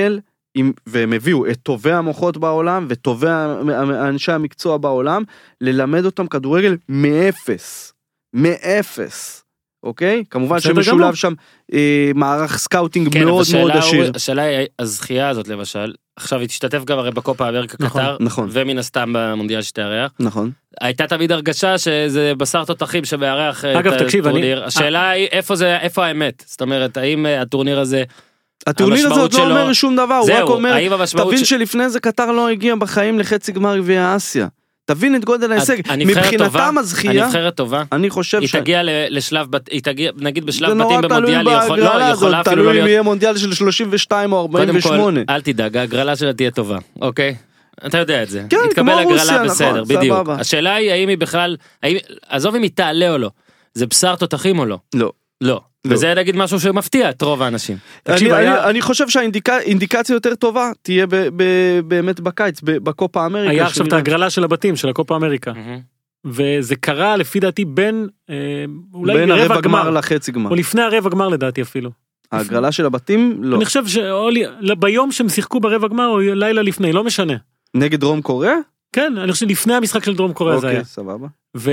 עם, והם הביאו את טובי המוחות בעולם, וטובי אנשי המקצוע בעולם, ללמד אותם כדורגל מאפס. מאפס. אוקיי? כמובן שמשולב שם אה, מערך סקאוטינג כן, מאוד מאוד עשיר. הוא, השאלה היא, הזכייה הזאת למשל, עכשיו היא תשתתף גם הרי בקופה אמריקה נכון, קטר, נכון. ומן הסתם במונדיאל שתארח. נכון. הייתה תמיד הרגשה שזה בשר תותחים שמארח אגב, את תקשיב, הטורניר. אני... השאלה היא איפה זה, איפה האמת? זאת אומרת, האם הטורניר הזה... הטורניר הזה עוד לא אומר שום דבר, הוא רק אומר, תבין שלפני זה קטר לא הגיע בחיים לחצי גמר גביע אסיה. תבין את גודל ההישג, מבחינתם הזכייה, הנבחרת טובה, אני חושב ש... היא תגיע לשלב, היא תגיע, נגיד בשלב בתים במונדיאל, היא יכולה אפילו לא תלוי אם להיות... יהיה מונדיאל של שלושים ושתיים או ארבעים ושמונה. קודם כל, אל תדאג, ההגרלה שלה תהיה טובה, אוקיי? אתה יודע את זה. כן, כמו רוסיה, נכון, בדיוק. השאלה היא, האם היא בכלל, עזוב אם היא תעלה או לא, זה בשר תותחים או לא? לא. לא. וזה נגיד משהו שמפתיע את רוב האנשים. אני חושב שהאינדיקציה יותר טובה תהיה באמת בקיץ, בקופה אמריקה. היה עכשיו את ההגרלה של הבתים, של הקופה אמריקה. וזה קרה לפי דעתי בין, אולי בין רבע הרבע גמר גמר לחצי גמר. או לפני הרבע גמר לדעתי אפילו. ההגרלה של הבתים? לא. אני חושב שביום שהם שיחקו ברבע גמר או לילה לפני, לא משנה. נגד דרום קוריאה? כן, אני חושב לפני המשחק של דרום קוריאה זה היה. אוקיי, סבבה.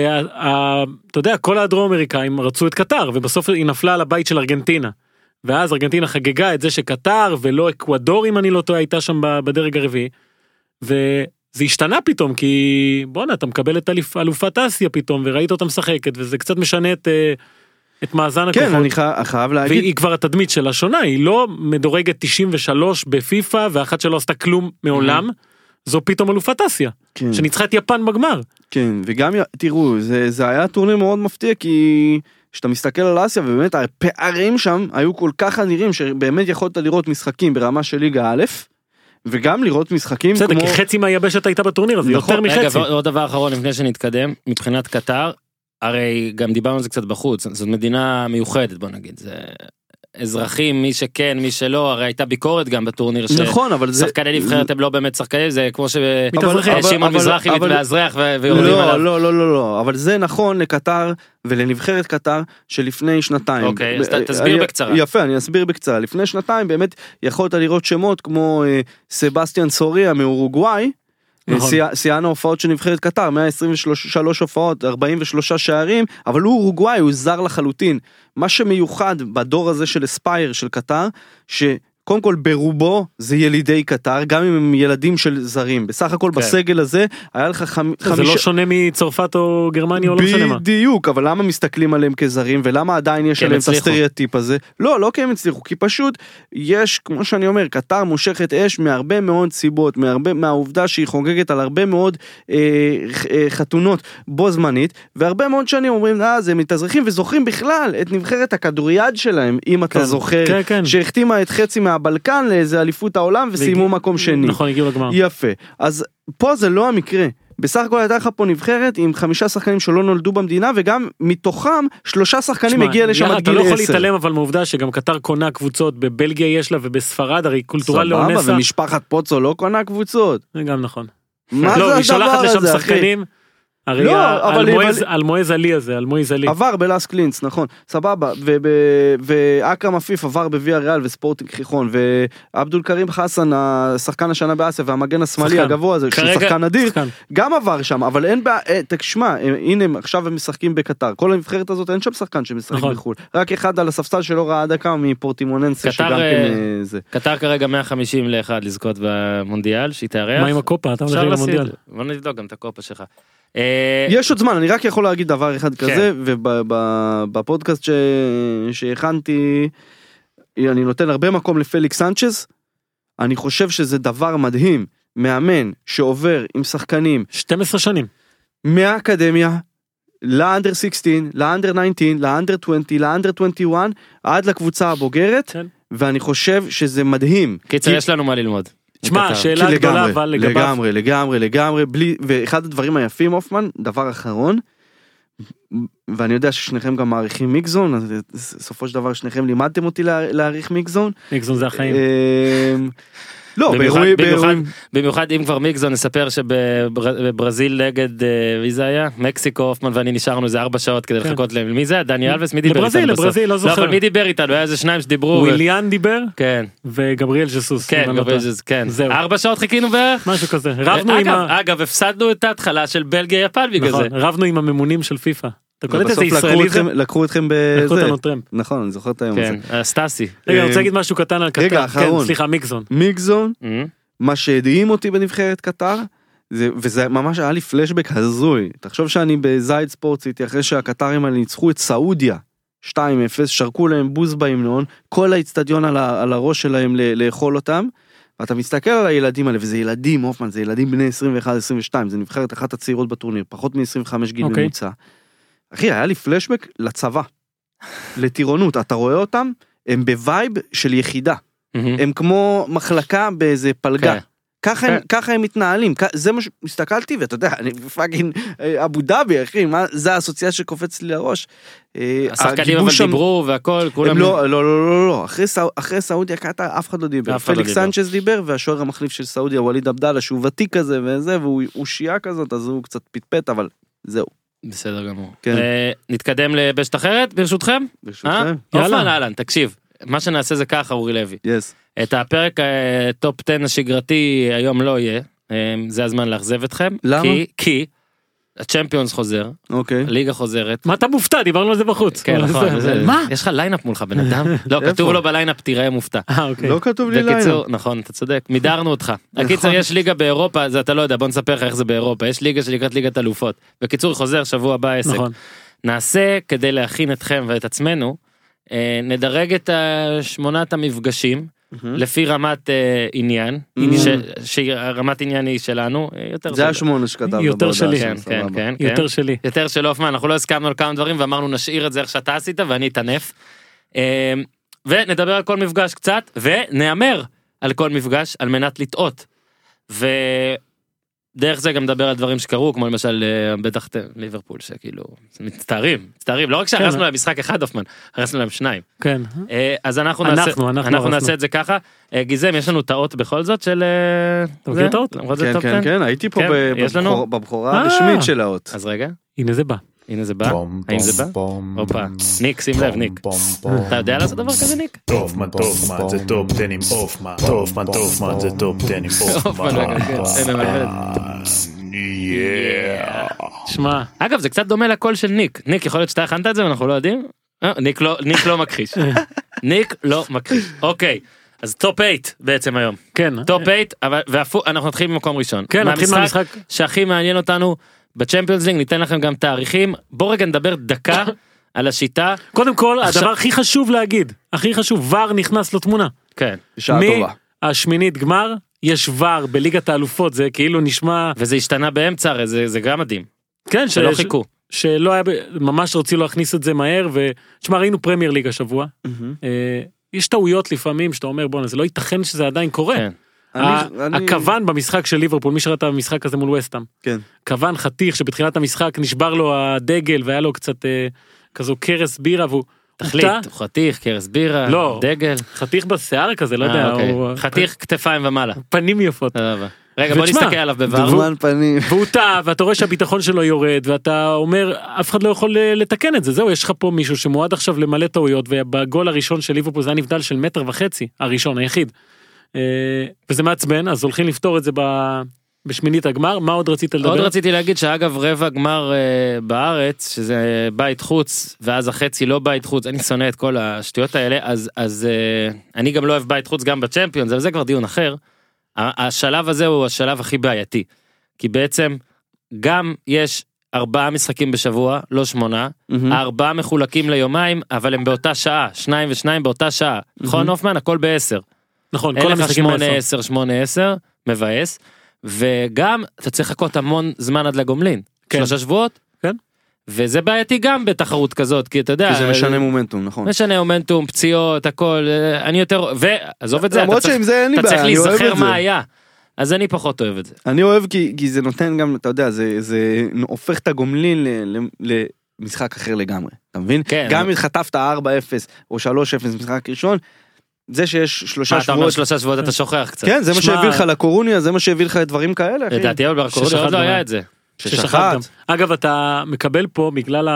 ואתה יודע, כל הדרום אמריקאים רצו את קטר, ובסוף היא נפלה על הבית של ארגנטינה. ואז ארגנטינה חגגה את זה שקטר ולא אקוודור, אם אני לא טועה, הייתה שם בדרג הרביעי. וזה השתנה פתאום, כי בוא'נה, אתה מקבל את אלופת אסיה פתאום, וראית אותה משחקת, וזה קצת משנה את... את מאזן הכוחות. כן, אני חייב להגיד. והיא כבר התדמית שלה שונה, היא לא מדורגת תשעים ושלוש בפיפה, ואחת שלא עשתה כלום מעולם, זו פתאום אלופת אסיה, שניצחה את יפן בגמר. כן, וגם תראו, זה היה טורניר מאוד מפתיע, כי כשאתה מסתכל על אסיה, ובאמת הפערים שם היו כל כך אדירים, שבאמת יכולת לראות משחקים ברמה של ליגה א', וגם לראות משחקים כמו... בסדר, כי חצי מהיבשת הייתה בטורניר הזה, יותר מחצי. רגע, עוד דבר אחרון לפני שנתקדם, מבחינת קטר, הרי גם דיברנו על זה קצת בחוץ, זאת מדינה מיוחדת, בוא נגיד, זה אזרחים, מי שכן, מי שלא, הרי הייתה ביקורת גם בטורניר, נכון, אבל זה... שחקני נבחרת הם לא באמת שחקנים, זה כמו מתאזרחים. שמעון מזרחי מתאזרח ויורדים עליו. לא, לא, לא, לא, אבל זה נכון לקטר ולנבחרת קטר שלפני שנתיים. אוקיי, אז תסביר בקצרה. יפה, אני אסביר בקצרה. לפני שנתיים באמת יכולת לראות שמות כמו סבסטיאן סוריה מאורוגוואי, שיאן ההופעות של נבחרת קטר, מאה עשרים ושלוש הופעות, ארבעים ושלושה שערים, אבל הוא אורוגוואי, הוא זר לחלוטין. מה שמיוחד בדור הזה של אספייר של קטר, שקודם כל ברובו זה ילידי קטר, גם אם הם ילדים של זרים. בסך הכל בסגל הזה היה לך חמישה... זה לא שונה מצרפת או גרמניה או לא משנה מה. בדיוק, אבל למה מסתכלים עליהם כזרים, ולמה עדיין יש עליהם את הסטריאוטיפ הזה? לא, לא כי הם הצליחו, כי פשוט יש, כמו שאני אומר, קטר מושכת אש מהרבה מאוד סיבות, מהרבה, מהעובדה שהיא חוגגת על הרבה מאוד אה, אה, חתונות בו זמנית, והרבה מאוד שנים אומרים, אה, זה מתאזרחים וזוכרים בכלל את נבחרת הכדוריד שלהם, אם אתה זוכר, כן, כן. שהחתימה את חצי מהבלקן לאיזה אליפות העולם, וסיימו מקום שני. נכון, הגיעו לגמר. יפה. אז פה זה לא המקרה. בסך הכל הייתה לך פה נבחרת עם חמישה שחקנים שלא נולדו במדינה, וגם מתוכם שלושה שחקנים הגיע לשם עד גיל עשר. אתה לא יכול להתעלם אבל מעובדה שגם קטר קונה קבוצות, בבלגיה יש לה ובספרד, הרי קולטורל לאונסה. סבבה, ומשפחת פוצו לא קונה קבוצות. זה גם נכון. מה זה הדבר הזה, אחי? הרי אלמועז עלי הזה, אלמועז עלי. עבר בלאס קלינץ, נכון, סבבה, ואקרם אפיף עבר בוויה ריאל וספורטינג חיכון, ועבדול קרים חסן, השחקן השנה באסיה, והמגן השמאלי הגבוה הזה, שהוא שחקן אדיר, גם עבר שם, אבל אין בה, תשמע, הנה עכשיו הם משחקים בקטר, כל הנבחרת הזאת אין שם שחקן שמשחק בחול, רק אחד על הספסל שלא ראה דקה מפורטימוננסה, שגם כן זה. קטר כרגע מאה וחמישים לאחד לזכות במונדיאל, שהיא תארח. מה עם הקופה? אתה מדבר על המונדיאל. בוא נבדוק גם את הקופה שלך. יש עוד זמן, אני רק יכול להגיד דבר אחד כזה, ובפודקאסט שהכנתי, אני נותן הרבה מקום לפליקס סנצ'ז, אני חושב שזה דבר מדהים, מאמן שעובר עם שחקנים, שתים עשרה שנים, מהאקדמיה, לאנדר שש עשרה, לאנדר תשע עשרה, לאנדר עשרים, לאנדר עשרים ואחת, עד לקבוצה הבוגרת, ואני חושב שזה מדהים. קיצר, יש לנו מה ללמוד. תשמע, שאלה גדולה, אבל לגביו... לגמרי, לגמרי, לגמרי, בלי, ואחד הדברים היפים, אופמן, דבר אחרון, ואני יודע ששניכם גם מעריכים מיקזון, אז סופו של דבר שניכם לימדתם אותי להעריך מיקזון. מיקזון זה החיים. לא, במיוחד- באירועים, במיוחד- באירועים, במיוחד אם כבר מיקזון נספר שבברזיל נגד, אה, מי זה היה? מקסיקו, הופמן ואני נשארנו איזה ארבע שעות כדי כן. לחכות להם. מי זה? דני אלבס? מי דיבר לברזיל, איתנו בסוף? לברזיל, לא זוכר. לא, אבל מי דיבר איתנו? היה איזה שניים שדיברו. ו- וויליאן דיבר כן, וגבריאל ז'סוס. כן, אם אני לא גבריאל טועה. ז'סוס, כן. זהו. ארבע שעות חיכינו בערך? משהו כזה. רבנו עם אגב, ה... אגב, הפסדנו את ההתחלה של בלגיה יפן בגלל זה. נכון, רבנו עם הממונים של פיפא. אתה קולט איזה ובסוף לקחו ישראלי זה? אתכם- לקחו אתכם לקחו בזה, אותנו טרמפ. נכון, אני זוכר את היום הזה. כן, סטאסי. רגע, אני רוצה אה, להגיד משהו קטן על קטר. רגע, אחרון. כן, סליחה, מיקזון. מיקזון, אה? מה שהדהים אותי בנבחרת קטר, זה, וזה ממש היה לי פלשבק הזוי. תחשוב שאני בזייד ספורט סיטי, אחרי שהקטרים האלה ניצחו את סעודיה, שתיים אפס, שרקו להם בוז בהמנון, כל האצטדיון על, ה- על הראש שלהם ל- לאכול אותם, ואתה מסתכל על הילדים האלה, וזה ילדים, הופמן, זה ילדים בני עשרים ואחת עשרים ושתיים, זה נבחרת אחת הצעירות בטורניר, פחות מ-עשרים וחמש גיל אוקיי. ממוצע. אחי, היה לי פלשבק לצבא, לטירונות, אתה רואה אותם, הם בווייב של יחידה, הם כמו מחלקה באיזה פלגה. כן. ככה הם, כן. ככה הם מתנהלים, כ- זה מה שהסתכלתי, ואתה יודע, אני פאקינג אה, אבו דאבי, אחי, מה, זה האסוציאציה שקופץ לי לראש. אה, השחקנים אבל הגיבוש שם- דיברו והכל, כולם... הם לא, לא, לא, לא, לא, אחרי, סעו- אחרי סעודיה קטר אף אחד לא דיבר, אף אחד לא פליקס דיבר. סנצ'ז דיבר, והשוער המחליף של סעודיה, ווליד עבדאללה, שהוא ותיק כזה וזה, והוא הוא שיעה כזאת, אז הוא קצת פטפט, אבל זהו, בסדר גמור. כן. אה, נתקדם לבשת אחרת, ברשותכם? אה? ברשותכם, יאללה. אופן, אהלן, תקשיב. מה שנעשה זה ככה, אורי לוי. יס, את הפרק אה, טופ עשר השגרתי היום לא יהיה. אה, זה הזמן לאכזב אתכם. למה? כי, כי הצ'מפיונס חוזר, אוקיי, הליגה חוזרת. מה אתה מופתע? דיברנו על זה בחוץ. כן, נכון. זה- זה- מה? יש לך ליינאפ מולך בן אדם? לא, איפה? כתוב לו בליינאפ תיראה מופתע. אה, אוקיי. לא כתוב לי בקיצור, לילה, נכון, אתה צודק, מידרנו אותך. הקיצר, יש ליגה באירופה, זה אתה לא יודע, בוא נספר לך איך זה באירופה, יש ליגה שנקראת ליגת אלופות. בקיצור, חוזר שבוע הבא העסק. נכון. נעשה כדי להכין אתכם ואת עצמנו, אה, נדרג את ה- שמונת המפגשים, לפי רמת אה, עניין, עניין. ש- שרמת עניין היא שלנו, אה, יותר זה של- השמונה שכתבת, יותר בהודעה שלי. שלך, כן, כן, סבבה. כן, כן. יותר שלי. יותר של אופמן, אנחנו לא הסכמנו על כמה דברים ואמרנו נשאיר את זה איך שאתה עשית ואני אתענף. אה, ונדבר על כל מפגש קצת ונאמר על כל מפגש על מנת לטעות. ודרך זה גם נדבר על דברים שקרו כמו למשל אה, בטח ליברפול שכאילו מצטערים, מצטערים, לא רק שהרסנו להם משחק אחד אופמן, הרסנו להם שניים. כן. אה, אז אנחנו אנחנו, נעשה, אנחנו אנחנו הרסנו. נעשה את זה ככה. אה, גיזם, יש לנו טעות בכל זאת של... אה, אתה זה? מכיר טעות? למרות זה כן, טוב כן, כאן? כן, הייתי פה כן, ב- יש לנו? בבחור- בבחורה אה. הרשמית של האות. אז רגע, הנה זה בא. הנה זה בא. האם זה בא? הופה, ניק, שים לב, ניק. אתה יודע לעשות דבר כזה, ניק? טופמן, טופמן, זה טופ עשר עם אופמן. טופמן, טופמן, זה טופ עשר עם אופמן, אופמן. כן, זה ממלמד. שמע, אגב, זה קצת דומה לקול של ניק. ניק, יכול להיות שאתה הכנת את זה ואנחנו לא יודעים? אה, ניק לא- ניק לא מכחיש. ניק לא מכחיש. אוקיי, אז טופ שמונה בעצם היום. כן. טופ שמונה, אבל והפוך, אנחנו נתחיל במקום ראשון. כן, נתחיל מהמשחק. שהכי מעניין אותנו בצ'מפיונס ליג, ניתן לכם גם תאריכים. בוא רגע נדבר דקה על השיטה. קודם כל, עכשיו- הדבר הכי חשוב להגיד, הכי חשוב, ור נכנס לתמונה. כן. בשעה טובה. מהשמינית גמר, יש ור בליגת האלופות, זה כאילו נשמע... וזה השתנה באמצע, הרי זה זה גם מדהים. כן, ש- שלא ש- חיכו. שלא היה, ב- ממש רצינו להכניס את זה מהר, ותשמע, ראינו פרמייר ליג השבוע. אה, יש טעויות לפעמים שאתה אומר, בוא'נה, זה לא ייתכן שזה עדיין קורה. כן. ה- אני- אני- הכוון במשחק של ליברפול, מי שראה את המשחק הזה מול וסטאם, כן. כוון חתיך שבתחילת המשחק נשבר לו הדגל והיה לו קצת אה, כזו קרס בירה והוא תחליט, הופתע, חתיך, קרס בירה, לא. דגל. חתיך בשיער כזה, לא אה, יודע, אוקיי. הוא- חתיך כתפיים ומעלה. פנים יפות. סבבה. רגע, בוא ותשמע, נסתכל עליו בבר. דוגמן פנים. והוא טעה, ואתה רואה שהביטחון שלו יורד, ואתה אומר, אף אחד לא יכול אה, לתקן את זה, זהו, יש לך פה מישהו שמועד עכשיו למלא טעויות, ובגול הראשון של ליברפול זה היה נבדל של מטר וחצי, הראשון, היחיד. אה, וזה מעצבן, אז הולכים לפתור את זה ב- בשמינית הגמר, מה עוד רצית לדבר? עוד רציתי להגיד שאגב רבע גמר אה, בארץ, שזה בית חוץ, ואז החצי לא בית חוץ, אני שונא את כל השטויות האלה, אז, אז אה, אני גם לא אוהב בית חוץ גם בצ'מפיונס, אבל זה כבר דיון אחר. ה- השלב הזה הוא השלב הכי בעייתי, כי בעצם גם יש ארבעה משחקים בשבוע, לא שמונה, הארבעה מחולקים ליומיים, אבל הם באותה שעה, שניים ושניים באותה שעה, נכון אופמן? הכל בעשר. נכון, אין כל לך המשחקים שמונה בעשר. עשר, שמונה עשר, מבאס, וגם אתה צריך לחכות המון זמן עד לגומלין, כן. שלושה שבועות, כן. וזה בעייתי גם בתחרות כזאת, כי אתה יודע, כי זה משנה מומנטום, נכון. משנה מומנטום, פציעות, הכל, אני יותר, ועזוב את זה, למרות אתה צריך- שעם זה אין לי אתה צריך בעיה, אני אוהב להיזכר את זה. מה היה, אז אני פחות אוהב את זה. אני אוהב כי, כי זה נותן גם, אתה יודע, זה, זה הופך את הגומלין ל, ל, למשחק אחר לגמרי, אתה מבין? כן. גם אם חטפת ארבע אפס או שלוש אפס במשחק ראשון, זה שיש שלושה מה, אתה אומר שבועות, שלושה שבועות אתה שוכח קצת. כן, זה מה שמע- שהביא לך לקורוניה, זה מה שהביא לך את דברים כאלה, אחי. לדעתי אבל בקורונה ששחט עוד לא גם היה היה. את זה. ששחט ששחט. גם. אגב, אתה מקבל פה בגלל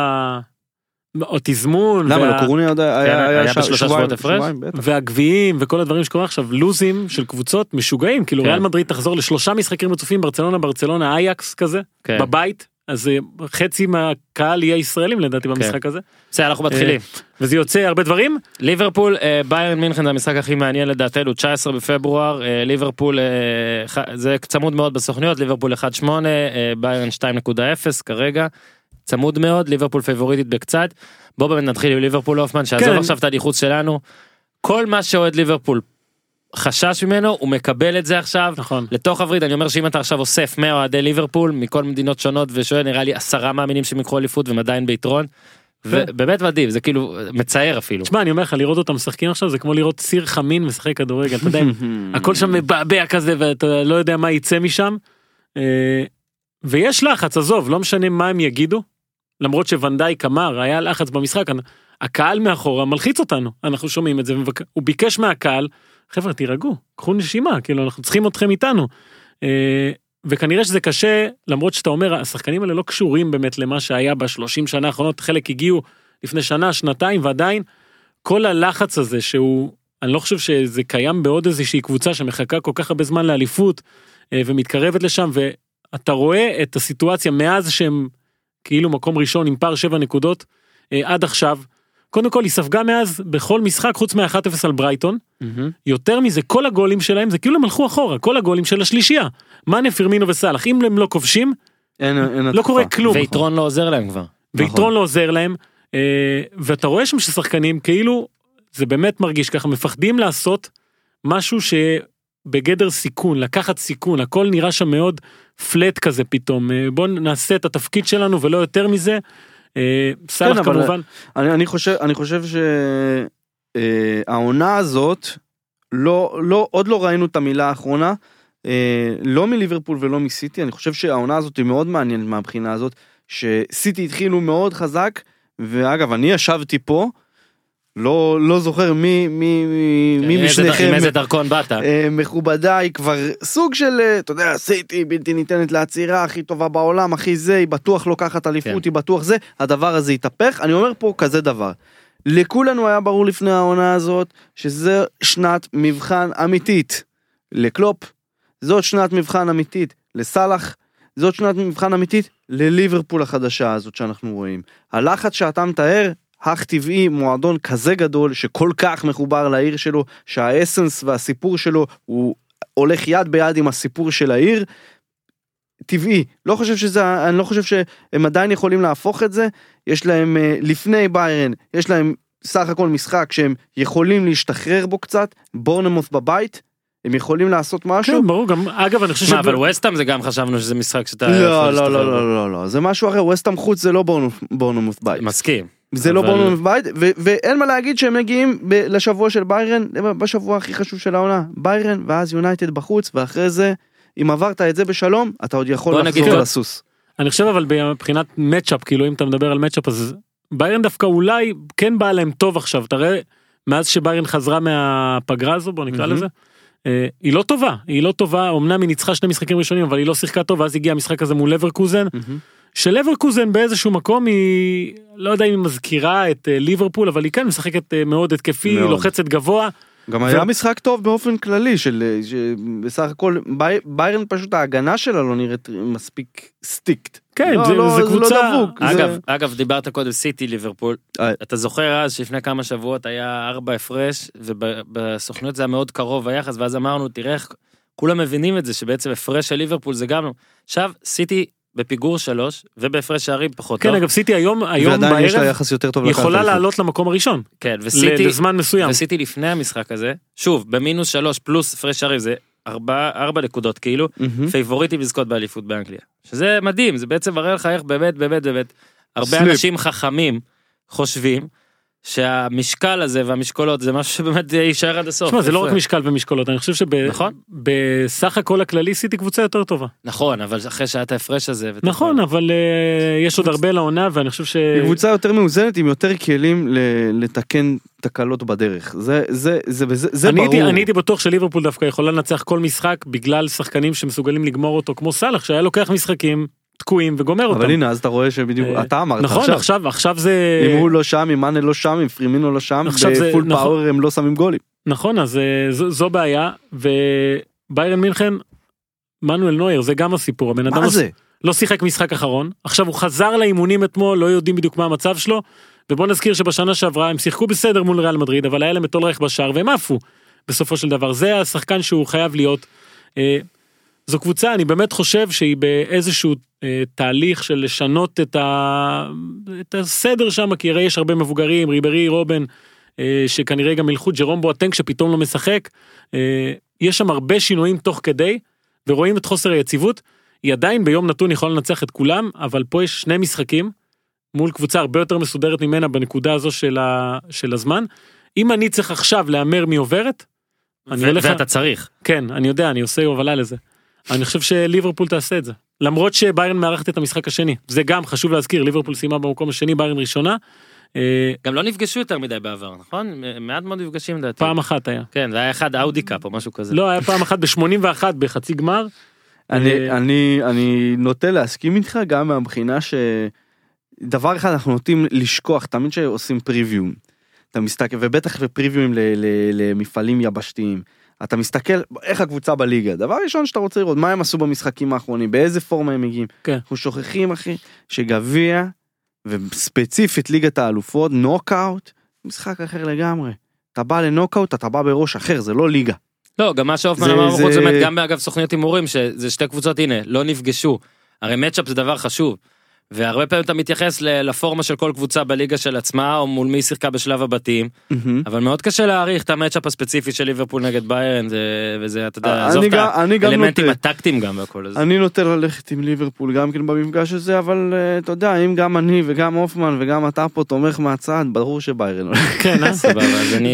האוטיזמון, למה, וה- לקורוניה עוד היה, כן, היה היה ש- בשלושה שבועיים- שבועות הפרש? שבועיים, בטח. והגביעים וכל הדברים שקורים עכשיו, לוזים של קבוצות משוגעים, כאילו כן. ריאל מדריד תחזור לשלושה משחקים רצופים, ברצלונה, ברצלונה, אייקס כזה, כן. בבית, אז אה, חצי מהקהל יהיה ישראלים לדעתי במשחק הזה, בסדר, אנחנו מתחילים. וזה יוצא הרבה דברים, ליברפול, אה, ביירן מינכן זה המשחק הכי מעניין לדעתנו, תשעה עשר בפברואר, אה, ליברפול, אה, ח- זה צמוד מאוד בסוכניות, ליברפול אחת שמונה, אה, ביירן שתיים נקודה אפס כרגע, צמוד מאוד, ליברפול פייבוריטית בקצת, בוא באמת נתחיל עם ליברפול אופמן, שעזוב כן. עכשיו את הליחוץ שלנו, כל מה שאוהד ליברפול חשש ממנו, הוא מקבל את זה עכשיו, נכון, לתוך הברית, אני אומר שאם אתה עכשיו אוסף מאה אוהדי ליברפול מכל מדינות שונות ושואל, נראה לי עשרה מאמינים שהם יקחו אליפות והם עדיין ביתרון, ובאמת מדהים, זה כאילו מצער אפילו. תשמע, אני אומר לך, לראות אותם משחקים עכשיו, זה כמו לראות סיר חמין משחק כדורגל, אתה יודע, הכל שם מבעבע כזה, ואתה לא יודע מה יצא משם, אה, ויש לחץ, עזוב, לא משנה מה הם יגידו, למרות שוונדייק אמר, היה לחץ במשחק, הקהל מאחורה מלחיץ אותנו, אנחנו שומעים את זה, הוא ביקש מהקהל, חבר'ה תירגעו, קחו נשימה, כאילו אנחנו צריכים אתכם איתנו, אה, וכנראה שזה קשה, למרות שאתה אומר, השחקנים האלה לא קשורים באמת למה שהיה בשלושים שנה האחרונות, חלק הגיעו לפני שנה, שנתיים, ועדיין, כל הלחץ הזה שהוא, אני לא חושב שזה קיים בעוד איזושהי קבוצה שמחכה כל כך הרבה זמן לאליפות, אה, ומתקרבת לשם, ואתה רואה את הסיטואציה מאז שהם כאילו מקום ראשון עם פער שבע נקודות, אה, עד עכשיו, קודם כל היא ספגה מאז בכל משחק חוץ מה-אחת אפס על ברייטון, יותר מזה כל הגולים שלהם זה כאילו הם הלכו אחורה, כל הגולים של השלישייה, מאנה, פירמינו וסלח, אם הם לא כובשים, אין, אין לא התקפה. קורה כלום, ויתרון לא עוזר להם כבר. ויתרון לא עוזר להם, אה, ואתה רואה שם ששחקנים כאילו, זה באמת מרגיש ככה, מפחדים לעשות משהו שבגדר סיכון, לקחת סיכון, הכל נראה שם מאוד פלט כזה פתאום, אה, בוא נעשה את התפקיד שלנו ולא יותר מזה, אה, סלח אבל- כמובן, אני, אני חושב, אני חושב שהעונה הזאת, לא, לא, עוד לא ראינו את המילה האחרונה, אה, לא מליברפול ולא מסיטי, אני חושב שהעונה הזאת היא מאוד מעניינת מהבחינה הזאת, שסיטי התחילו מאוד חזק, ואגב, אני ישבתי פה, לא, לא זוכר מי, מי, מי, מי עם איזה- משניכם, עם איזה דרכון באת. אה, מכובדיי, כבר סוג של, אה, אתה יודע, סיטי בלתי ניתנת לעצירה, הכי טובה בעולם, הכי זה, היא בטוח לוקחת אליפות, כן. היא בטוח זה, הדבר הזה יתהפך, אני אומר פה כזה דבר, לכולנו היה ברור לפני העונה הזאת, שזה שנת מבחן אמיתית, לקלופ, זאת שנת מבחן אמיתית, לסלח, זאת שנת מבחן אמיתית, לליברפול החדשה הזאת שאנחנו רואים, הלחץ שאתה מתאר, אך טבעי, מועדון כזה גדול, שכל כך מחובר לעיר שלו, שהאסנס והסיפור שלו, הוא הולך יד ביד עם הסיפור של העיר, טבעי, לא חושב שזה, אני לא חושב שהם עדיין יכולים להפוך את זה, יש להם, לפני ביירן, יש להם סך הכל משחק, שהם יכולים להשתחרר בו קצת, בורנמות' בבית, הם יכולים לעשות משהו, כן ברור, גם אגב אני חושב מה, אבל ווסטהאם זה גם חשבנו שזה משחק שאתה... לא, יכול לא, להשתחרר לא, בו. לא, לא, לא, זה משהו אחר, ווסטהאם חוץ זה לא בורנמות' בית. מסכים. זה לא אבל- בורנמות' בית, ו- ואין מה להגיד שהם מגיעים ב- לשבוע של ביירן, בשבוע הכי חשוב של העונה, ביירן ואז יונייטד בחוץ, ואחרי זה, אם עברת את זה בשלום, אתה עוד יכול בוא נגיד לחזור עוד- לסוס. אני חושב אבל מבחינת מצ'אפ, כאילו אם אתה מדבר על מצ'אפ, אז ביירן דווקא אולי כן בא להם טוב עכשיו, תראה, מאז שביירן חזרה מהפגרה הזו, בוא נקרא מהמם. לזה, אה, היא לא טובה, היא לא טובה, אמנם היא ניצחה שני משחקים ראשונים, אבל היא לא שיחקה טוב, ואז הגיע המשחק הזה מול לברקוזן, שלברקוזן באיזשהו מקום היא, לא יודע אם היא מזכירה את אה, ליברפול, אבל היא כן משחקת אה, מאוד התקפי, מאוד. לוחצת גבוה, גם היה משחק טוב באופן כללי, של בסך הכל, ביי- ביירן פשוט ההגנה שלה לא נראית מספיק סטיקט. כן, לא, זה- לא, זה לא קבוצה- דבוק, זה- אגב, אגב, דיברת קודם סיטי ליברפול, אה. אתה זוכר אז שלפני כמה שבועות היה ארבע הפרש, ובסוכניות זה היה מאוד קרוב היחס, ואז אמרנו, תראה איך כולם מבינים את זה, שבעצם הפרש של ליברפול זה גם, עכשיו סיטי בפיגור שלוש, ובהפרש שערים פחות כן טוב, אגב סיטי היום, היום ועדיין יש לה בערב, יחס יותר טוב. היא לקחת יכולה אליפות. לעלות למקום הראשון, כן, וסיטי, לזמן מסוים, וסיטי לפני המשחק הזה, שוב, במינוס שלוש פלוס הפרש שערים, זה ארבע, ארבע נקודות כאילו, מהמם. פייבוריטים לזכות באליפות באנגליה. שזה מדהים, זה בעצם מראה לך איך באמת, באמת, באמת, הרבה סליפ. אנשים חכמים חושבים שהמשקל הזה והמשקולות זה משהו שבאמת יישאר עד הסוף. תשמע, זה לא רק משקל ומשקולות, אני חושב שבסך הכל הכללי סיטי קבוצה יותר טובה. נכון, אבל אחרי שהיה את ההפרש הזה. נכון, אבל יש עוד הרבה לעונה, ואני חושב ש... קבוצה יותר מאוזנת עם יותר כלים לתקן תקלות בדרך. זה, זה, זה, זה, זה ברור. אני הייתי בטוח שליברפול דווקא יכולה לנצח כל משחק בגלל שחקנים שמסוגלים לגמור אותו, כמו סלאח, שהיה לוקח משחקים תקועים וגומר אותם. אבל הנה, אז אתה רואה שבדיוק, אתה אמרת נכון, עכשיו, עכשיו זה... אם הוא לא שם, אם מאנה לא שם, אם פרימינו לא שם, בפול פאוור הם לא שמים גולים. נכון, אז זו בעיה, וביירן מינכן, מנואל נויר, זה גם הסיפור. הבן אדם לא שיחק משחק אחרון, עכשיו הוא חזר לאימונים אתמול, לא יודעים בדיוק מה המצב שלו, ובוא נזכיר שבשנה שעברה הם שיחקו בסדר מול ריאל מדריד, אבל היה להם את אולרייך בשער, והם עפו בסופו של דבר. זה השחקן שהוא חייב להיות. זו קבוצה, אני באמת חושב שהיא באיזשהו תהליך של לשנות את, ה... את הסדר שם, כי הרי יש הרבה מבוגרים, ריברי, רובן, שכנראה גם ילכו, ג'רום בואטנג שפתאום לא משחק, יש שם הרבה שינויים תוך כדי, ורואים את חוסר היציבות, היא עדיין ביום נתון יכולה לנצח את כולם, אבל פה יש שני משחקים, מול קבוצה הרבה יותר מסודרת ממנה בנקודה הזו של, ה... של הזמן, אם אני צריך עכשיו לאמר מי עוברת, ו- הולך... ואתה צריך. כן, אני יודע, אני עושה הובלה לזה. אני חושב שליברפול תעשה את זה. למרות שביירן מארחת את המשחק השני. זה גם חשוב להזכיר, ליברפול סיימה במקום השני, ביירן ראשונה. גם לא נפגשו יותר מדי בעבר, נכון? מעט מאוד נפגשים לדעתי. פעם אחת היה. כן, זה היה אחד אאודי קאפ או משהו כזה. לא, היה פעם אחת ב-שמונים ואחת בחצי גמר. אני, אני, אני נוטה להסכים איתך גם מהבחינה שדבר אחד אנחנו נוטים לשכוח, תמיד שעושים פריוויום. אתה מסתכל, ובטח בפריוויום למפעלים יבשתיים. אתה מסתכל איך הקבוצה בליגה, דבר ראשון שאתה רוצה לראות, מה הם עשו במשחקים האחרונים, באיזה פורמה הם מגיעים. כן. אנחנו שוכחים אחי, שגביע, וספציפית ליגת האלופות, נוקאוט, משחק אחר לגמרי. אתה בא לנוקאוט, אתה בא בראש אחר, זה לא ליגה. לא, גם מה שאופמן אמר בחוץ, זה באמת גם באגב סוכניות הימורים, שזה שתי קבוצות, הנה, לא נפגשו. הרי מצ'אפ זה דבר חשוב. והרבה פעמים אתה מתייחס לפורמה של כל קבוצה בליגה של עצמה, או מול מי שיחקה בשלב הבתים, אבל מאוד קשה להעריך את המאצ'אפ הספציפי של ליברפול נגד ביירן, וזה, אתה יודע, עזוב את האלמנטים הטקטיים גם והכל הזה. אני נוטה ללכת עם ליברפול גם כן במפגש הזה, אבל אתה יודע, אם גם אני וגם אופמן וגם אתה פה תומך מהצד, ברור שביירן הולך. כן, סבבה,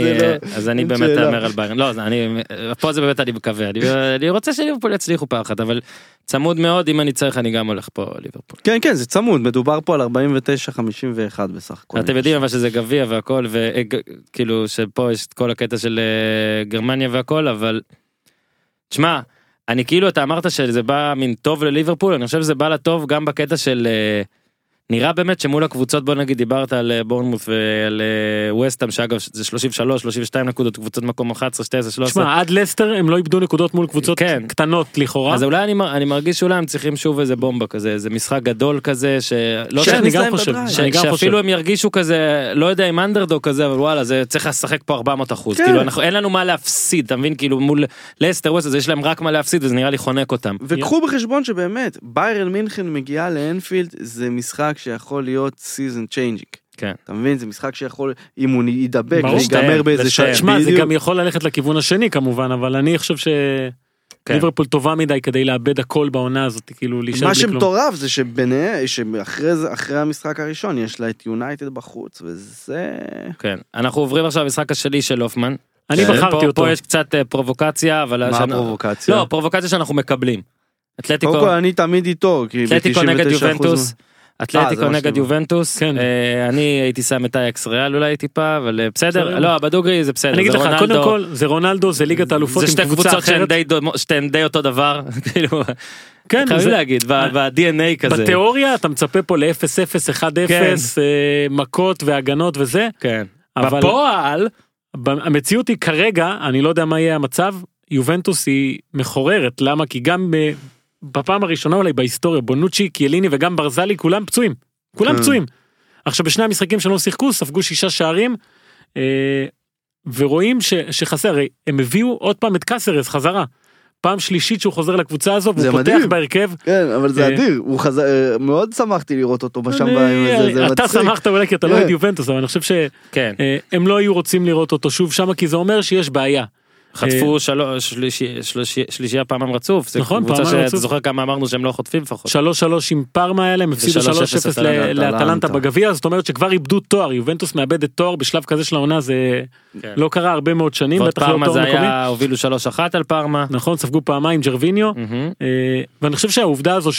אז אני באמת אומר על ביירן. לא, פה זה באמת אני מקווה, אני רוצה שליברפול יצליחו פעם אחת, אבל צמוד מאוד, אם אני צריך, אני גם הולך פה ליברפול. כן, כן, זה צמוד, מדובר פה על ארבעים ותשע חמישים ואחת בסך הכל. אתם יודעים אבל שזה גביע והכל, וכאילו שפה יש כל הקטע של גרמניה והכל, אבל תשמע, אני כאילו, אתה אמרת שזה בא מן טוב לליברפול, אני חושב שזה בא לטוב גם בקטע של, נראה באמת שמול הקבוצות, בוא נגיד, דיברת על בורנמות' ועל ווסטהאם, שאגב זה שלושים ושלוש שלושים ושתיים נקודות, קבוצות מקום אחת עשרה שתים עשרה שלוש עשרה. תשמע, עד לסטר הם לא איבדו נקודות מול קבוצות כן. קטנות לכאורה. אז אולי אני, אני מרגיש שאולי הם צריכים שוב איזה בומבה כזה, איזה משחק גדול כזה, שלא שאני גם חושב, שאני גם שאפילו חושב. הם ירגישו כזה, לא יודע אם אנדרדוג כזה, אבל וואלה, זה צריך לשחק פה ארבע מאות אחוז, כן. כאילו אנחנו, אין לנו מה להפסיד, אתה מבין, כאילו מול לסטר ווסט, יש להם רק מה להפסיד, וזה נראה לי חונק אותם. וקחו בחשבון שבאמת, ביירן מינכן מגיעה לאנפילד, זה משחק שיכול להיות season changing. כן. אתה מבין, זה משחק שיכול, אם הוא ידבק, ויגמר באיזה שעה. שמע, זה גם יכול ללכת לכיוון השני כמובן, אבל אני חושב שליברפול טובה מדי כדי לאבד הכל בעונה הזאת, כאילו להישאר בלי כלום. מה שמטורף זה שביניהם, שאחרי המשחק הראשון, יש לה את יונייטד בחוץ, וזה... כן. אנחנו עוברים עכשיו למשחק השני של אופמן. אני בחרתי אותו. פה יש קצת פרובוקציה, אבל... מה הפרובוקציה? לא, פרובוקציה שאנחנו מקבלים. אתלטיקו... קודם כל אני תמיד איתו, כי אתלטיקו נגד יובנטוס. אתלטיקו נגד יובנטוס, אני הייתי שם את אייקס ריאל אולי טיפה, אבל בסדר, לא, בדוגרי זה בסדר. אני אגיד לך, קודם כל, זה רונלדו, זה ליגת האלופות עם קבוצה אחרת. זה שתי קבוצות שהן די אותו דבר, כאילו, חייבים להגיד, ב-די אן איי כזה. בתיאוריה אתה מצפה פה ל-אפס אפס, אחד אפס, מכות והגנות וזה. כן. בפועל, המציאות היא כרגע, אני לא יודע מה יהיה המצב, יובנטוס היא מחוררת, למה? כי גם בפעם הראשונה אולי בהיסטוריה, בונוצ'י, קיאליני וגם ברזלי, כולם פצועים. כולם פצועים. עכשיו בשני המשחקים שלא שיחקו, ספגו שישה שערים, ורואים שחסר, הרי הם הביאו עוד פעם את קאסרס חזרה. פעם שלישית שהוא חוזר לקבוצה הזו, והוא פותח בהרכב. כן, אבל זה אדיר, הוא חזר, מאוד שמחתי לראות אותו בשם בהם. אתה שמחת אולי כי אתה לא יודע יובנטוס, אבל אני חושב שהם לא היו רוצים לראות אותו שוב שם, כי זה אומר שיש בעיה. חטפו שלוש, שלישי, שלישי, שלישייה פעמם רצוף, זה נכון, קבוצה פעמם שאתה רצוף. זוכר כמה אמרנו שהם לא חוטפים לפחות. שלוש שלוש עם פרמה האלה, הם הפסידו ושלוש שלוש אפס אפס לאטלנטה. לאטלנטה בגביע, זאת אומרת שכבר איבדו תואר, יובנטוס מאבדת תואר בשלב כזה של העונה, זה כן. לא קרה הרבה מאוד שנים, ועוד בטח לא פרמה תואר זה מקומי. היה, הובילו שלוש אחת על פרמה. נכון, ספגו פעמיים ג'רוויניו, מהמם. אה, ואני חושב שהעובדה הזו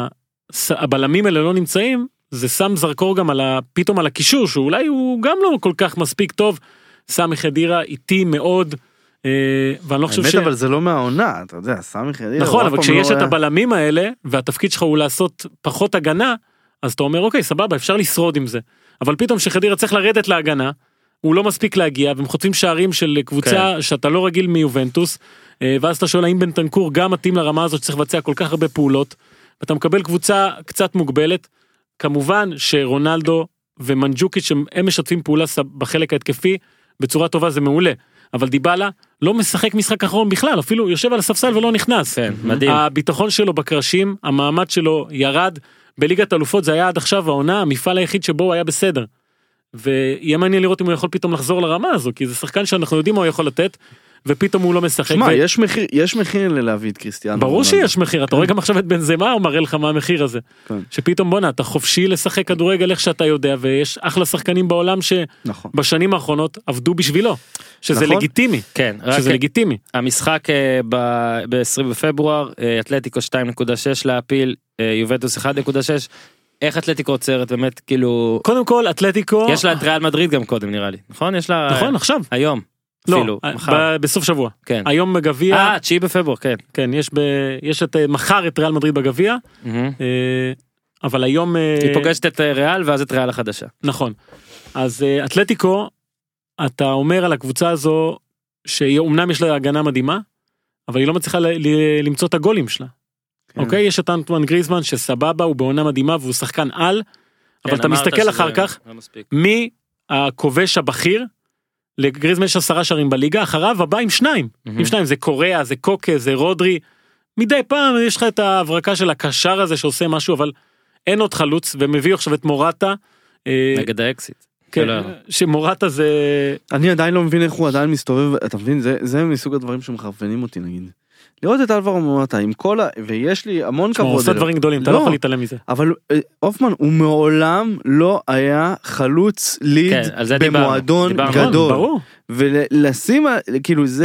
שהבלמים האלה לא נמצאים, זה שם זרקור גם על ה, פתאום על הקישור, שאולי הוא גם לא כל כך מספיק טוב, סמי חדירה איטי מאוד, אה, ואני לא חושב האמת ש... אבל זה לא מהעונה, אתה יודע, סמי חדירה. נכון, הוא אבל אף פעם כשיש לא את היה- הבלמים האלה, והתפקיד שלך הוא לעשות פחות הגנה, אז אתה אומר, אוקיי, סבבה, אפשר לשרוד עם זה. אבל פתאום שחדירה צריך לרדת להגנה, הוא לא מספיק להגיע, והם חוטפים שערים של קבוצה כן. שאתה לא רגיל מיובנטוס, אה, ואז אתה שואל האם בנטנקור גם מתאים לרמה הזאת שצריך לבצע כל כך הרבה פעולות, ואתה מקבל קבוצה קצת מוגבלת, כמובן שרונלדו ומנג'וקיץ' שהם משתפים פעולה בחלק ההתקפי, בצורה טובה זה מעולה, אבל דיבלה לא משחק משחק אחרון בכלל, אפילו יושב על הספסל ולא נכנס. כן, מדהים. הביטחון שלו בקרשים, המעמד שלו ירד, בליגת אלופות זה היה עד עכשיו העונה, המפעל היחיד שבו הוא היה בסדר. ויהיה מעניין לראות אם הוא יכול פתאום לחזור לרמה הזו, כי זה שחקן שאנחנו יודעים מה הוא יכול לתת, ופתאום הוא לא משחק. שמע, ו... יש מחיר, יש מחיר ללהביא את קריסטיאנו. ברור רונלדו. שיש מחיר, אתה רואה גם עכשיו את בנזמה, הוא מראה לך מה המחיר הזה. כן. שפתאום בונה, אתה חופשי לשחק כדורגל איך שאתה יודע, ויש אחלה שחקנים בעולם נכון. שבשנים האחרונות עבדו בשבילו, שזה נכון. לגיטימי, כן, רק שזה לגיטימי. המשחק ב-עשרים בפברואר, אה, אתלטיקו שתיים נקודה שש להפיל, אה, יובנטוס אחד נקודה שש, איך אתלטיקו עוצרת באמת כאילו, קודם כל, אתלטיקו... יש לה את ריאל מדריד גם קודם נראה לי, נכון? יש לה... נכון, עכשיו. היום, לא, אפילו, ב- מחר. בסוף שבוע. כן. היום בגביע, אה, תשיעי בפברואר, כן. כן, יש ב... יש את... אה, מחר את ריאל מדריד בגביע, מהמם. אה, אבל היום... אה, היא פוגשת את אה, ריאל ואז את ריאל החדשה. נכון. אז אה, אתלטיקו, אתה אומר על הקבוצה הזו, שאומנם יש לה הגנה מדהימה, אבל היא לא מצליחה ל- ל- למצוא את הגולים שלה. כן. אוקיי? יש את אנטואן גריזמן שסבבה, הוא בעונה מדהימה והוא שחקן על, אבל כן, אתה אמרת מסתכל שזה אחר כך, לא מספיק. מי הכובש הבכיר, לגריזמן יש עשרה שערים בליגה, אחריו הבא עם שניים. עם שניים, זה קוריאה, זה קוקה, זה רודרי, מדי פעם יש לך את ההברקה של הקשר הזה שעושה משהו, אבל אין עוד חלוץ, ומביא עכשיו את מורטה, אה, נגד האקסיט. כן, שלא. שמורטה זה... אני עדיין לא מבין איך הוא עדיין מסתובב, אתה מבין, זה, זה מסוג הדברים שמחרפנים אותי נגיד. לראות את אלברו מורטה עם כל ה... ויש לי המון הוא כבוד. עושה אליו. דברים גדולים, אתה לא לא. יכול להתעלם מזה. אבל אה, אופמן הוא מעולם לא היה חלוץ ליד כן, על זה דיברנו, במועדון דיברנו. גדול. ברור. ולשים, כאילו זה...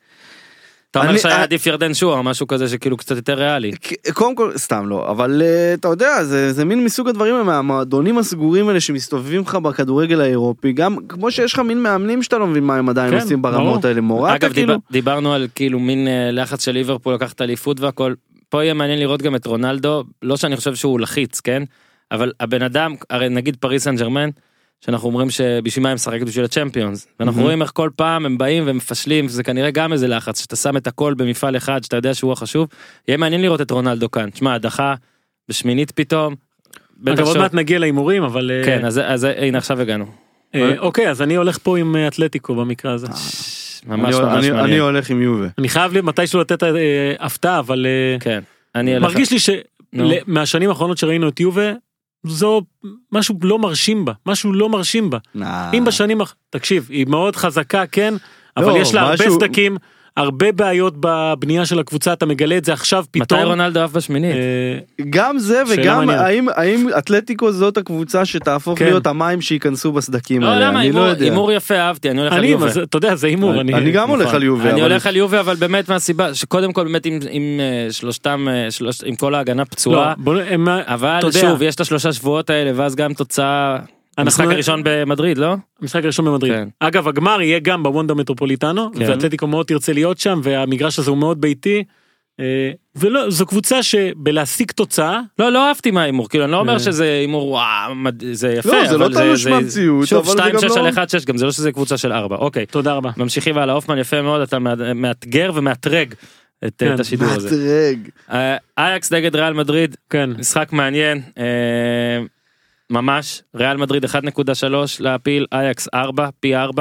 אתה אומר אני- שהיה אה, עדיף ירדן שואה, משהו כזה שכאילו קצת יותר ריאלי. קודם כל, סתם לא, אבל אה, אתה יודע, זה, זה מין מסוג הדברים, המועדונים הסגורים האלה שמסתובבים לך בכדורגל האירופי, גם כמו שיש לך מין מאמנים שאתה לא מבין מה הם עדיין כן, עושים ברמות ברור. האלה, מורטה אגב, כאילו, דיבר, דיברנו על כאילו מין אה, לחץ של ליברפול לקחת אליפות והכל, פה יהיה מעניין לראות גם את רונלדו, לא שאני חושב שהוא לחיץ, כן? אבל הבן אדם, הרי נגיד פריס סן ז'רמן, שאנחנו אומרים שבשביל מה הם משחקת בשביל הצ'מפיונס, ואנחנו Mhm. רואים איך כל פעם הם באים ומפשלים, זה כנראה גם איזה לחץ, שאתה שם את הכל במפעל אחד, שאתה יודע שהוא החשוב, יהיה מעניין לראות את רונלדו כאן, תשמע, הדחה בשמינית פתאום, בטח אגב, עוד שהוא- מעט נגיע להימורים, אבל... אה, כן, אז, אז הנה עכשיו הגענו, אה, אוקיי, אז אני הולך פה עם אה, אתלטיקו במקרה הזה. ממש אני, ממש אני, אני מעניין, הולך עם יובה. אני חייב לי מתישהו לתת אה, הפתעה, אבל אה, כן, אני אלך, מרגיש לי נו. שמהשנים האחרונות שראינו את יובה, זו משהו לא מרשים בה, משהו לא מרשים בה. אם בשנים, האח- תקשיב, היא מאוד חזקה, כן, אבל לא, יש לה הרבה משהו- סדקים, הרבה בעיות בבנייה של הקבוצה, אתה מגלה את זה עכשיו מתי פתאום. רונלדו אף בשמינית? אה, גם זה שאלה וגם מעניינת. האם, האם אתלטיקו זאת הקבוצה שתהפוך כן. להיות המים שייכנסו בסדקים לא, האלה, למה, אני לא הימור- יודע. הימור יפה, אהבתי, אני הולך על אני, יובה. אז אתה יודע, זה הימור. אני גם הולך נכון. על יובה. אני אבל- הולך על יובה, אבל באמת מהסיבה שקודם כל באמת עם, עם אה, שלושתם, אה, שלוש, עם כל ההגנה לא, פצועה, בוא, הם, אבל אתה יודע. שוב, יש את השלושה שבועות האלה, ואז גם תוצאה, המשחק אנחנו- הראשון במדריד, לא? המשחק הראשון במדריד. כן. אגב, הגמר יהיה גם בוונדה מטרופוליטנו, כן. ואתלטיקו מאוד תרצה להיות שם, והמגרש הזה הוא מאוד ביתי, אה, ולא, זו קבוצה שבלהשיג תוצאה, לא, לא אהבתי מההימור, כאילו, אני לא אומר אה. שזה הימור, וואו, מד- זה יפה, לא, זה אבל לא תלוש מהמציאות, שוב, אבל זה שתיים גם שש לא- על אחד שש, גם זה לא שזה קבוצה של ארבע, אוקיי. תודה רבה. ממשיכים על האופמן, יפה מאוד, אתה מא- מאתגר ומאתרג את כן. את השידור הזה. מאתרג. אה, אייקס נגד ריאל מדריד, כן. משחק מעניין, אה, ממש, ריאל מדריד אחת נקודה שלוש להפיל, אייקס ארבע, פי ארבע,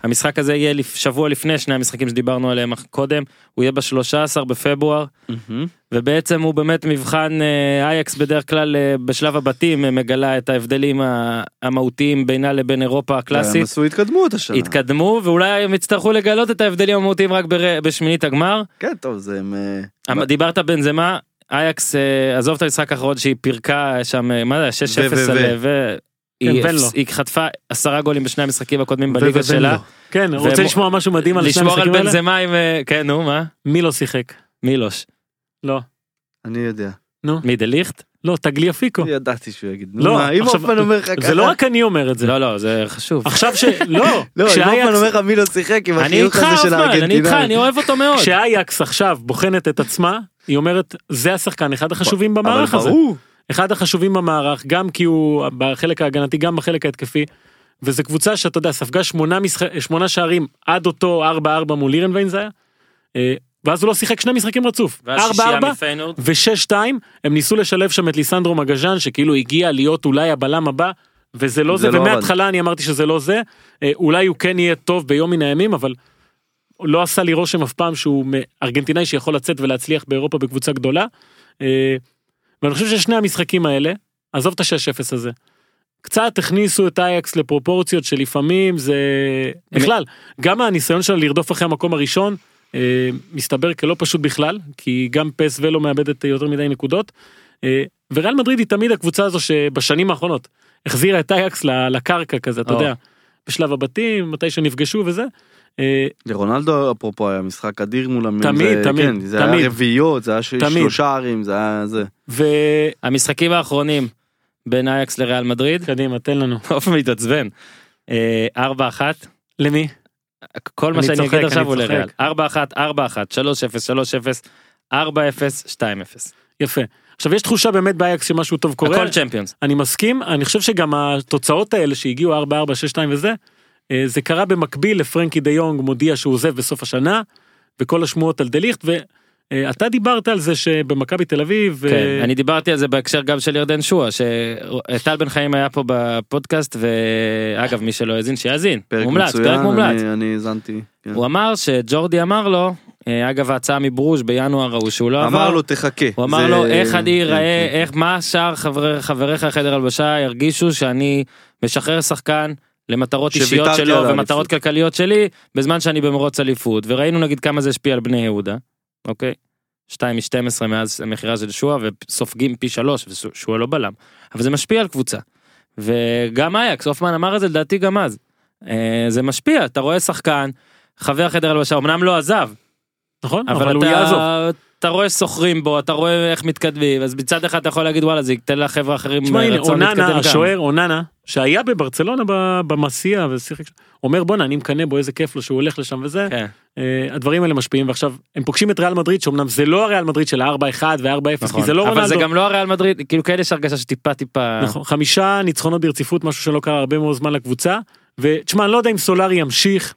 המשחק הזה יהיה שבוע לפני שני המשחקים שדיברנו עליהם קודם, הוא יהיה ב-שלושה עשר בפברואר, ובעצם הוא באמת מבחן, אייקס בדרך כלל בשלב הבתים מגלה את ההבדלים המהותיים בינה לבין אירופה הקלאסית. הם עשו התקדמות השנה. התקדמו, ואולי הם יצטרכו לגלות את ההבדלים המהותיים רק בשמינית הגמר. כן, טוב, זה... דיברת בנזמה, אייקס, עזוב את המשחק האחרון שהיא פירקה שם, מה זה, שש אפס ו... היא חטפה עשרה גולים בשני המשחקים הקודמים בליגה שלה. כן, רוצה לשמוע משהו מדהים על שני המשחקים האלה? לשמור על בנזמה, כן, נו, מה? מי לא שיחק? מילוש. לא. אני יודע. נו. מי דליכט? לא, תגליאפיקו. ידעתי שהוא יגיד. לא, אם אופן אומר לך ככה. זה לא רק אני אומר את זה. לא, לא, זה חשוב. עכשיו ש... לא. לא, אם אופן אומר לך מי לא שיחק עם החיוך הזה של הארגנטינאי. אני איתך, אני אוהב אותו מאוד. כשאייקס עכשיו בוחנת את עצמה, היא אומרת, זה השחקן, אחד החשובים במערך הזה. אחד החשובים במערך, גם כי הוא בחלק ההגנתי, גם בחלק ההתקפי, וזו קבוצה שאתה יודע, ספגה שמונה, משח... שמונה שערים עד אותו ארבע ארבע מול לירנביין זה היה, ואז הוא לא שיחק שני משחקים רצוף, ארבע ארבע ו-שש שתיים, הם ניסו לשלב שם את ליסנדרו מגז'אן, שכאילו הגיע להיות אולי הבלם הבא, וזה לא זה, זה ומההתחלה אני אמרתי שזה לא זה, אולי הוא כן יהיה טוב ביום מן הימים, אבל לא עשה לי רושם אף פעם שהוא ארגנטינאי שיכול לצאת ולהצליח באירופה בקבוצה גדולה, ואני חושב ששני המשחקים האלה, עזוב את ה-שש אפס הזה, קצת הכניסו את אייקס לפרופורציות שלפעמים זה, בכלל, גם הניסיון שלה לרדוף אחרי המקום הראשון, אה, מסתבר כלא פשוט בכלל, כי גם פס ולא מאבדת יותר מדי נקודות, אה, וריאל מדריד היא תמיד הקבוצה הזו שבשנים האחרונות, החזירה את אייקס לקרקע כזה, אתה יודע, בשלב הבתים, מתי שנפגשו וזה, לרונלדו אפרופו היה משחק אדיר מולם, תמיד, תמיד, זה היה רביעיות, זה היה שלושה ערים, זה היה זה. והמשחקים האחרונים בין אייקס לריאל מדריד, קדימה, תן לנו. אופן מתעצבן, ארבע אחת, למי? כל מה שאני אגיד עכשיו הוא לריאל, ארבע אחת, ארבע אחת, שלוש אפס, שלוש אפס, ארבע אפס, שתיים אפס. יפה. עכשיו יש תחושה באמת באייקס שמשהו טוב קורה. הכל צ'מפיונס. אני מסכים, אני חושב שגם התוצאות האלה שהגיעו ארבע ארבע, שש שתיים וזה, זה קרה במקביל לפרנקי די יונג מודיע שהוא עוזב בסוף השנה, וכל השמועות על דליכט, ואתה דיברת על זה שבמכבי תל אביב... כן, אני דיברתי על זה בהקשר גם של ירדן שואה, שטל בן חיים היה פה בפודקאסט, ואגב מי שלא האזין שיאזין, מומלץ, פרק מומלץ. אני האזנתי. הוא אמר שג'ורדי אמר לו, אגב ההצעה מברוז' בינואר הוא שהוא לא עבר, אמר לו תחכה. הוא אמר לו איך אני ייראה, איך מה שאר חבריך חדר הלבשה ירגישו שאני משחרר שחקן, למטרות אישיות שלו ומטרות כלכליות שלי, בזמן שאני במרוץ אליפות, וראינו נגיד כמה זה השפיע על בני יהודה, אוקיי? שתיים משתים עשרה מאז המחירה של שואה, וסופגים פי שלוש, ושואה לא בלם, אבל זה משפיע על קבוצה, וגם אייקס, אופמן אמר את זה לדעתי גם אז, זה משפיע, אתה רואה שחקן, חבר חדר הלבשה, אמנם לא עזב, נכון, אבל, אבל הוא יעזוב. אתה רואה סוחרים בו, אתה רואה איך מתקדמים, אז מצד אחד אתה יכול להגיד וואלה, זה ייתן לחבר'ה אחרים רצון להתקדם גם. השוער, אוננה, שהיה בברצלונה במסיע, אומר בונה, אני מקנה בו איזה כיף לו שהוא הולך לשם וזה, כן. הדברים האלה משפיעים, ועכשיו הם פוגשים את ריאל מדריד, שאומנם זה לא הריאל מדריד של ה-ארבע אחת ו-ארבע אפס, נכון. כי זה לא אבל רונלדו. זה גם לא הריאל מדריד, כאילו כאלה שהרגשה שטיפה טיפה... נכון, חמישה ניצחונות ברציפות, משהו שלא קרה הרבה מאוד זמן לקבוצה, ותשמע, אני לא יודע אם סולארי ימשיך,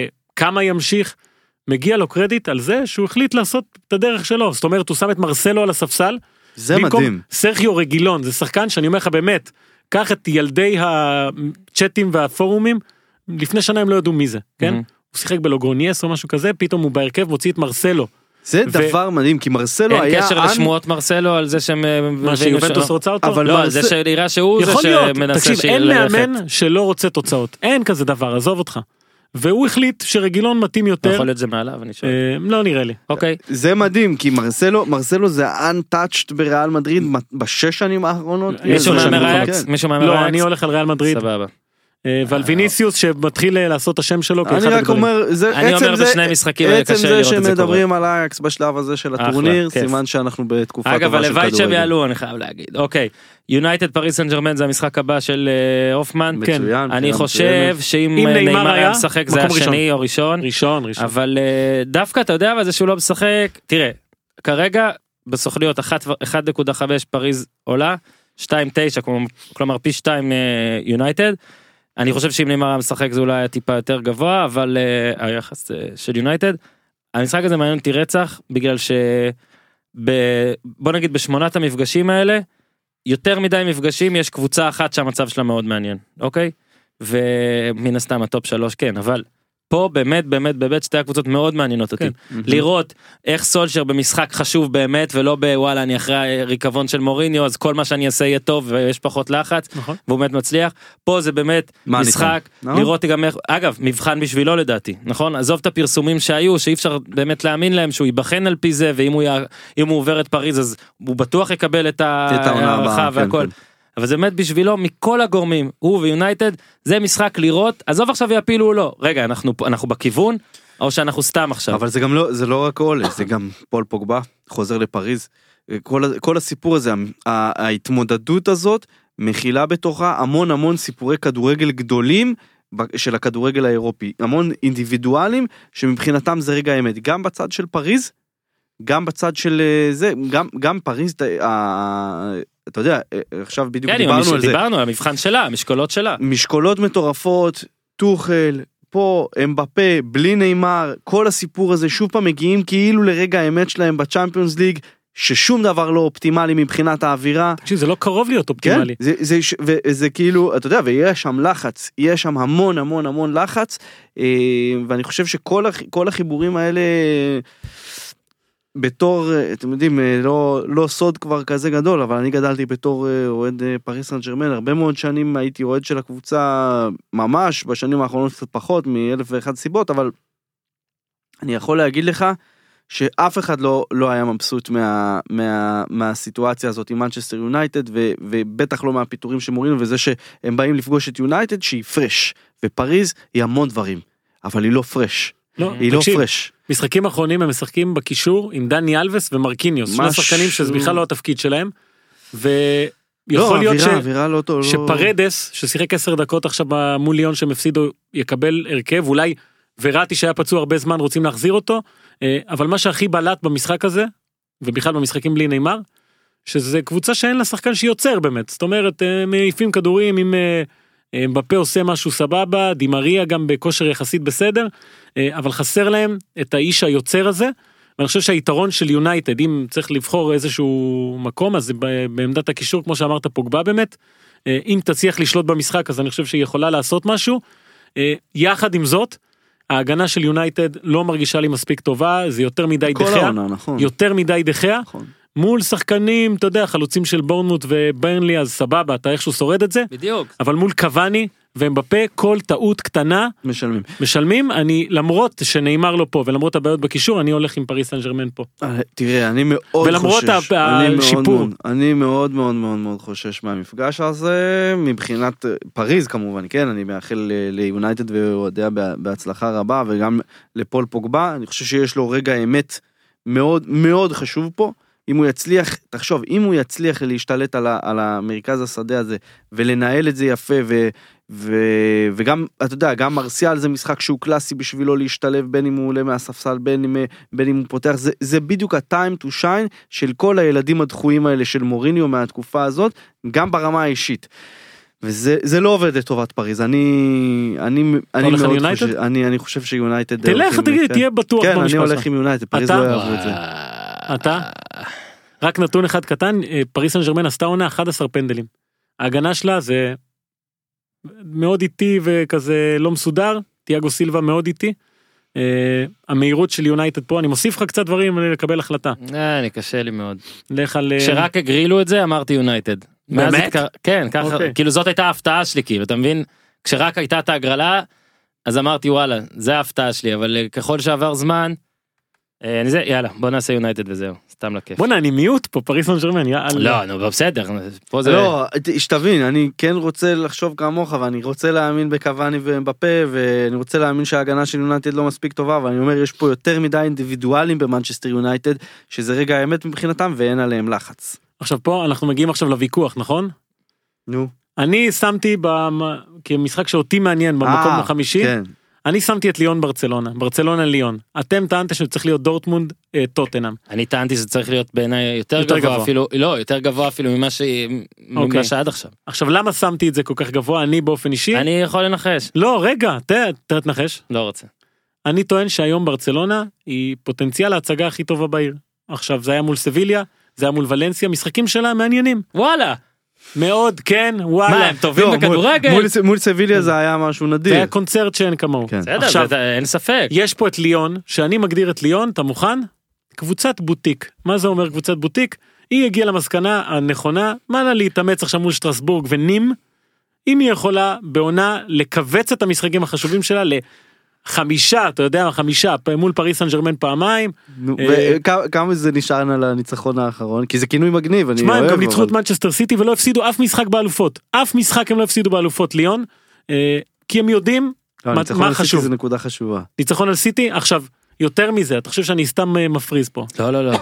כמה ימשיך, מגיע לו קרדיט על זה שהוא החליט לעשות את הדרך שלו, זאת אומרת הוא שם את מרסלו על הספסל, זה מדהים. סרחיו רגילון, זה שחקן שאני אומר לך באמת, קח את ילדי הצ'אטים והפורומים, לפני שנה הם לא ידעו מי זה, כן? הוא שיחק בלוגרוניאס או משהו כזה, פתאום הוא בהרכב מוציא את מרסלו. זה דבר מדהים, כי מרסלו היה... אין קשר לשמועות מרסלו על זה שהם... מה שיובנטוס רוצה אותו? לא, זה שנראה שהוא זה שמנסה... תקשיב, אין מאמן שלא רוצה תוצאות, אין כזה דבר, עזוב אותך. והוא החליט שרגילון מתאים יותר. יכול להיות זה מעליו, אני שואל. לא נראה לי. אוקיי. זה מדהים, כי מרסלו, מרסלו זה untouched בריאל מדריד בשש שנים האחרונות. מישהו מאמר אייקס? מישהו מאמר אייקס? לא, אני הולך על ריאל מדריד. סבבה. ועל ויניסיוס שמתחיל לעשות את השם שלו אני רק אומר, אני אומר בשני משחקים עצם זה שמדברים על אייקס בשלב הזה של הטורניר, סימן שאנחנו בתקופה אגב, הלוואי שהם יעלו, אני חייב להגיד. אוקיי, יונייטד פריס סן ז'רמן זה המשחק הבא של אופמן. מצוין. אני חושב שאם נאמר היה משחק זה השני או ראשון. ראשון, ראשון. אבל דווקא אתה יודע, אבל זה שהוא לא משחק, תראה, כרגע בסוכניות אחת נקודה חמש פריז עולה, שתיים נקודה תשע, כלומר פי שתיים יונייטד. אני חושב שאם נאמר המשחק זה אולי היה טיפה יותר גבוה, אבל uh, היחס uh, של יונייטד, המשחק הזה מעניין אותי רצח, בגלל ש... ב... בוא נגיד בשמונת המפגשים האלה, יותר מדי מפגשים יש קבוצה אחת שהמצב שלה מאוד מעניין, אוקיי? ומן הסתם הטופ שלוש כן, אבל פה באמת באמת באמת שתי הקבוצות מאוד מעניינות אותי, לראות איך סולשר במשחק חשוב באמת, ולא בוואלה אני אחרי ריקבון של מוריניו, אז כל מה שאני אעשה יהיה טוב ויש פחות לחץ, והוא באמת מצליח. פה זה באמת משחק, לראות גם איך, אגב, מבחן בשבילו לדעתי, נכון? עזוב את הפרסומים שהיו, שאי אפשר באמת להאמין להם שהוא ייבחן על פי זה, ואם הוא, אם הוא עובר את פריז, אז הוא בטוח יקבל את הערכה והכל. אבל זה באמת בשבילו, מכל הגורמים, הוא ויונייטד, זה משחק לראות, עזוב עכשיו יפילו או לא, רגע, אנחנו, אנחנו בכיוון, או שאנחנו סתם עכשיו. אבל זה גם לא, זה לא רק אולה, זה גם פול פוגבה, חוזר לפריז, כל, כל הסיפור הזה, ההתמודדות הזאת, מכילה בתוכה המון המון סיפורי כדורגל גדולים, של הכדורגל האירופי, המון אינדיבידואלים, שמבחינתם זה רגע האמת, גם בצד של פריז, גם בצד של זה, גם, גם פריז, אתה יודע, עכשיו בדיוק דיברנו על זה. דיברנו על המבחן שלה, המשקולות שלה. משקולות מטורפות, טוחל, פה, אמבפה, בלי ניימר, כל הסיפור הזה שוב פעם מגיעים כאילו לרגע האמת שלהם בצ'אמפיונס ליג, ששום דבר לא אופטימלי מבחינת האווירה. תקשיב, זה לא קרוב להיות אופטימלי. כן, זה, זה, וזה כאילו, אתה יודע, ויש שם לחץ, יש שם המון המון המון לחץ, ואני חושב שכל כל החיבורים האלה, בתור, אתם יודעים, לא, לא סוד כבר כזה גדול, אבל אני גדלתי בתור אוהד פריס סן ז'רמן, הרבה מאוד שנים הייתי אוהד של הקבוצה ממש, בשנים האחרונות קצת פחות, מאלף ואחת סיבות, אבל אני יכול להגיד לך, שאף אחד לא, לא היה מבסוט מה, מה, מהסיטואציה הזאת עם מנצ'סטר יונייטד, ו, ובטח לא מהפיתורים שמורינו, וזה שהם באים לפגוש את יונייטד, שהיא פרש, ופריז היא המון דברים, אבל היא לא פרש. לא, היא תקשיב, לא פרש. משחקים האחרונים הם משחקים בקישור עם דני אלבס ומרקיניוס, שני שחקנים שזה בכלל לא התפקיד שלהם, ויכול לא, להיות אווירה, ש... אווירה לא טוב, שפרדס, ששיחק עשר דקות עכשיו מול ליון שהם הפסידו, יקבל הרכב, אולי וראיתי שהיה פצוע הרבה זמן, רוצים להחזיר אותו, אבל מה שהכי בלט במשחק הזה, ובכלל במשחקים בלי ניימר, שזה קבוצה שאין לה שחקן שיוצר באמת, זאת אומרת, מעיפים כדורים, אם בפה עושה משהו סבבה, דימריה גם בכושר יחסית בסדר, אבל חסר להם את האיש היוצר הזה, ואני חושב שהיתרון של יונייטד, אם צריך לבחור איזשהו מקום, אז בעמדת הקישור, כמו שאמרת, פוגבה באמת, אם תצליח לשלוט במשחק, אז אני חושב שהיא יכולה לעשות משהו, יחד עם זאת, ההגנה של יונייטד לא מרגישה לי מספיק טובה, זה יותר מדי דחיה, נכון. יותר מדי דחיה, נכון. מול שחקנים, אתה יודע, חלוצים של בורנמוט וברנלי, אז סבבה, אתה איכשהו שורד את זה, בדיוק. אבל מול קוואני ואמבפה, כל טעות קטנה, משלמים. משלמים, אני, למרות שניימר לא פה, ולמרות הבעיות בקישור, אני הולך עם פריס סן ז'רמן פה. תראה, אני מאוד ולמרות חושש. השיפור. אני מאוד מאוד מאוד מאוד חושש מהמפגש הזה, מבחינת פריז כמובן, כן, אני מאחל ליונייטד ואוהדיה בהצלחה רבה, וגם לפול פוגבה, אני חושב שיש לו רגע האמת מאוד מאוד חשוב פה, אם הוא יצליח, תחשוב, אם הוא יצליח להשתלט על, ה, על המרכז השדה הזה, ולנהל את זה יפה, ו, ו, וגם, אתה יודע, גם מרסיאל זה משחק שהוא קלאסי בשבילו להשתלב, בין אם הוא עולה מהספסל, בין אם, בין אם הוא פותח, זה, זה בדיוק ה-time to shine של כל הילדים הדחויים האלה של מוריניו מהתקופה הזאת, גם ברמה האישית. וזה זה לא עובד לטובת פריז, אני אני אני מאוד חושב, אני אני חושב שיונייטד תלך, תהיה בטוח במשפט. כן, אני הולך עם יונייטד, פריז לא יעברו את זה. אתה? רק נתון אחד קטן, פריס סן ז'רמן עשתה עונה אחד עשר פנדלים. ההגנה שלה זה מאוד איטי וכזה לא מסודר, תיאגו סילבה מאוד איטי. המהירות של יונייטד פה, אני מוסיף לך קצת דברים לקבל החלטה. אני קשה לי מאוד. לך על... כשרק הגרילו את זה, אמרתי יונייטד. באמת? כן, ככה, כאילו זאת הייתה ההפתעה שלי, כאילו, אתה מבין? כשרק הייתה את ההגרלה, אז אמרתי וואלה, זה ההפתעה שלי, אבל ככל שעבר זמן, אני זה, יאללה, בוא נעשה יונייטד וזהו, סתם לכיף. בוא אני מיעוט פה, פריס סן ז'רמן, יאללה. לא, נו, בסדר, פה זה... לא, שתבין, אני כן רוצה לחשוב כמוך, ואני רוצה להאמין בקוואני ובפה, ואני רוצה להאמין שההגנה של יונייטד לא מספיק טובה, ואני אומר, יש פה יותר מדי אינדיבידואלים במנצ'סטר יונייטד, שזה רגע האמת מבחינתם, ואין עליהם לחץ. עכשיו פה, אנחנו מגיעים עכשיו לוויכוח, נכון? נו. אני שמתי כמשחק שאותי מעניין במקום החמישי, כן. אני שמתי את ליון ברצלונה, ברצלונה ליון. אתם טענתם שצריך להיות דורטמונד טוטנהאם. אני טענתי שזה צריך להיות בעיניי יותר גבוה אפילו, לא, יותר גבוה אפילו ממה שעד עכשיו. עכשיו למה שמתי את זה כל כך גבוה? אני באופן אישי? אני יכול לנחש. לא, רגע, תראה תנחש. לא רוצה. אני טוען שהיום ברצלונה היא פוטנציאל ההצגה הכי טובה בעיר. עכשיו זה היה מול סביליה, זה היה מול ולנסיה, משחקים שלה מעניינים. וואלה. מאוד, כן, מה, וואלה. הם טובים לא, מול- בכדורגל? מול- מול סביליה זה היה משהו זה נדיר. היה קונצרט שאין כמוהו. כן. בסדר, עכשיו, זה- אין ספק. יש פה את ליון, שאני מגדיר את ליון, אתה מוכן? קבוצת בוטיק. מה זה אומר קבוצת בוטיק? היא הגיעה למסקנה הנכונה, מה לה להתאמץ עכשיו מול שטרסבורג ונים, אם היא יכולה בעונה לקבץ את המשחקים החשובים שלה לחמישה, אתה יודע מה, חמישה, מול פריס סן ז'רמן פעמיים. נו, אה, וכמה זה נשען על הניצחון האחרון? כי זה כינוי מגניב, אני תשמע, אוהב. הם גם ניצחו את אבל- מנצ'סטר סיטי ולא הפסידו אף משחק באלופות. אף משחק הם לא הפסידו באלופות ליון, אה, כי הם יודעים לא, מה- ניצחון מה על סיטי חשוב. זה נקודה חשובה. ניצחון על סיטי, עכשיו, יותר מזה, אתה חושב שאני סתם אה, מפריז פה. לא, לא, לא.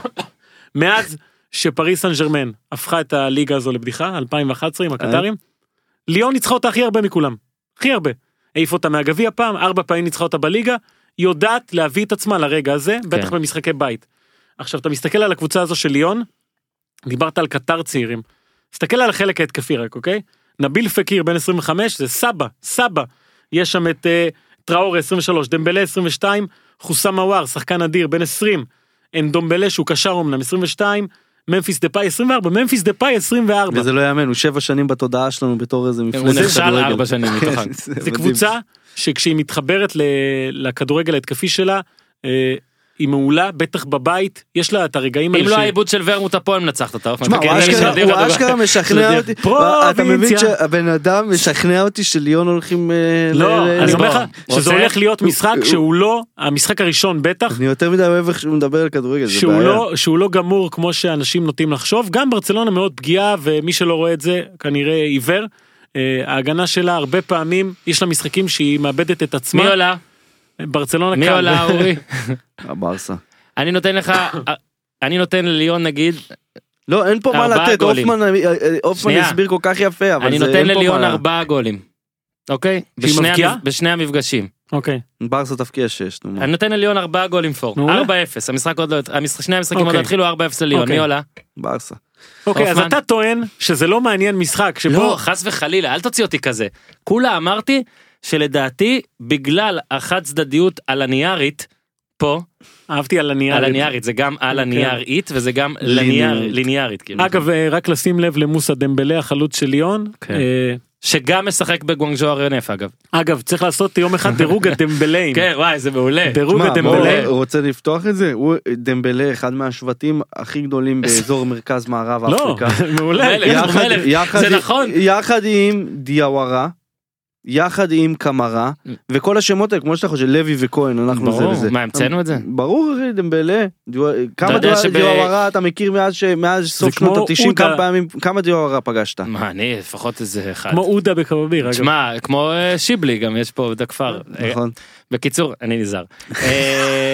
מאז שפריס סן ז'רמן הפכה את הליגה הזו לבדיחה, אלפיים ואחת עשרה עם הקטרים, ליון ניצחה אותה הכי הרבה מכולם, הכי הרבה. העיף אותה מהגביע פעם, ארבע פעמים ניצחה אותה בליגה, היא יודעת להביא את עצמה לרגע הזה, בטח במשחקי בית. עכשיו, אתה מסתכל על הקבוצה הזו של ליון, דיברת על קטר צעירים, תסתכל על החלק ההתקפי רק, אוקיי? נביל פקיר בן עשרים וחמש, זה סבא, סבא. יש שם את uh, טראור עשרים ושלוש, דמבלה עשרים ושתיים, חוסם מוואר, שחקן אדיר, בן עשרים, אין דומבלה שהוא קשר אומנם, עשרים ושתיים, ממפיס דפאי עשרים וארבע, ממפיס דפאי עשרים וארבע. וזה לא יאמן, הוא שבע שנים בתודעה שלנו בתור איזה הוא מפלצת נכשל כדורגל. ארבע שנים מתוכן. כן, זה מדהים. קבוצה שכשהיא מתחברת ל- לכדורגל ההתקפי שלה, אה, היא מעולה, בטח בבית, יש לה את הרגעים אם האלה לא שהיא- העיבוד של ורמוט הפועל מנצחת אותה. תשמע, הוא אשכרה- הוא אשכרה משכנע אותי, אתה מבין פרובינציה. שהבן אדם משכנע אותי שליון הולכים... אה, לא, ל- אני ל- אומר לך רוצה? שזה הולך להיות משחק שהוא לא, המשחק הראשון בטח, אני יותר מדי אוהב איך שהוא מדבר על כדורגל, זה שהוא בעיה. לא, שהוא לא גמור כמו שאנשים נוטים לחשוב, גם ברצלונה מאוד פגיעה, ומי שלא רואה את זה כנראה עיוור, אה, ההגנה שלה הרבה פעמים, יש לה משחקים שהיא מאבדת את עצמה, מי עולה? ברצלונה מי קל. עולה, אורי? הברסה. אני נותן לך, אני נותן לליון נגיד, לא, אין פה מה ארבעה לתת, גולים. הופמן הופמן שנייה. הסביר כל כך יפה, אבל אני זה נותן אין פה לליון מה... ארבעה גולים. אוקיי? שהיא בשני מבקיעה? המפ- בשני המפגשים. אוקיי. ברסה תפקיע שש, נו מה. אני נותן לליון ארבעה גולים פור. מעולה. ארבע אפס. המשחק עוד לא, המשחק- שני המשחקים עוד אוקיי. לא התחילו, ארבע אפס לליון. אוקיי. מי עולה? ברסה. אוקיי, אז הופמן? אתה טוען שזה לא מעניין משחק, שבו, לא, חס וחלילה, אל תוציא אותי כזה. כולה אמרתי שלדעתי, בגלל החד צדדיות על הניירית, פה, אהבתי על הנייר. על הניירית, זה גם על כן. הניירית, וזה גם לנייר, ליניארית. ליניארית. כאילו. אגב, אה, רק לשים לב למוסא דמבלה, החלוץ של ליון. כן. אה, שגם משחק בגואנג'ו ארנף אגב. אגב, צריך לעשות יום אחד דירוג הדמבלאים. כן, וואי, זה מעולה. דירוג מה, הדמבלה. הוא רוצה לפתוח את זה? הוא דמבלה, אחד מהשבטים הכי גדולים באזור מרכז מערב לא, אפריקה. מעולה. מלך. כן. יחד- מלך. יחד זה עם- נכון. יחד עם דיאווארה, יחד עם קמרה, וכל השמות האלה, כמו שאתה חושב, לוי וכהן, אנחנו זה ברור, וזה. מה, המצאנו את זה? ברור, אחי, דמבלה. דיו- כמה יודע דיו- שב- דיאווארה אתה מכיר מאז ש- מאז סוף כמו שנות ה-תשעים, עודה. כמה פעמים, כמה דיאווארה פגשת? מה, אני לפחות איזה אחד. כמו עודה בקבביר, אגב. תשמע, כמו אה, שיבלי גם יש פה בכפר. נכון. בקיצור, אני נזהר. אה,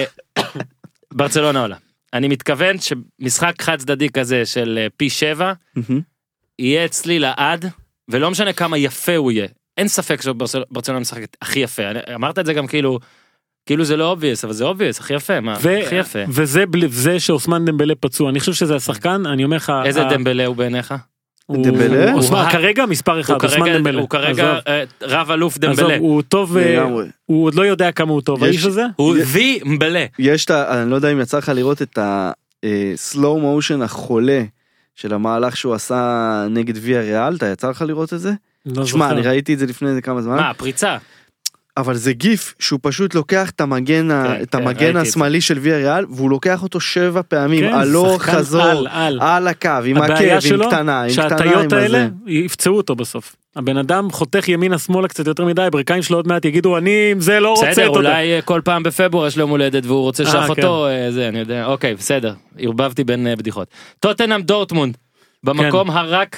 ברצלונה עולה. אני מתכוון שמשחק חד צדדי כזה של אה, פי שבע, מהמם. יהיה אצלי לעד, ולא משנה כמה יפה הוא יהיה. אין ספק שברצלונה משחקת הכי יפה. אני- אמרת את זה גם כאילו, כאילו זה לא obvious, אבל זה obvious, הכי יפה, מה? ו- הכי יפה. וזה בלי- זה שאוסמן דמבלה פצוע, אני חושב שזה השחקן, אני אומר לך, איזה ה- דמבלה הוא בעיניך? הוא- דמבלה? הוא- אוסמן, הוא- כרגע מספר אחד, הוא אוסמן כרגע- דמבלה. הוא כרגע עזוב, אה, רב אלוף עזוב, דמבלה. הוא טוב, אה, לגמרי. הוא עוד לא יודע כמה הוא טוב, יש- האיש הזה. הוא יש- וי מבלה. יש את ה... אני לא יודע אם יצא לך לראות את ה-slow motion החולה של המהלך שהוא עשה נגד ויה ריאל, אתה יצא לך לראות את זה? לא שמע, זוכר. אני ראיתי את זה לפני איזה כמה זמן, מה, הפריצה? אבל זה גיף שהוא פשוט לוקח את המגן, ה- כן, את כן, המגן ראיתי את השמאלי של ויה ריאל, והוא לוקח אותו שבע פעמים, כן, הלוך שחקן חזור, על, על. על הקו, עם הבעיה עקב, עם שלו, קטנה, עם קטנה, שהטיות עם האלה הזה. יפצעו אותו בסוף. הבן אדם חותך ימינה שמאלה קצת יותר מדי, הברקיים שלו עוד מעט יגידו אני עם זה לא רוצה, בסדר, תודה. אולי אה, כל פעם בפברואר יש לו יום הולדת והוא רוצה אה, שאחותו, אה, זה, אני יודע, אוקיי, בסדר, ערבבתי בין אה, בדיחות. טוטנהאם דורטמונד, במקום הרק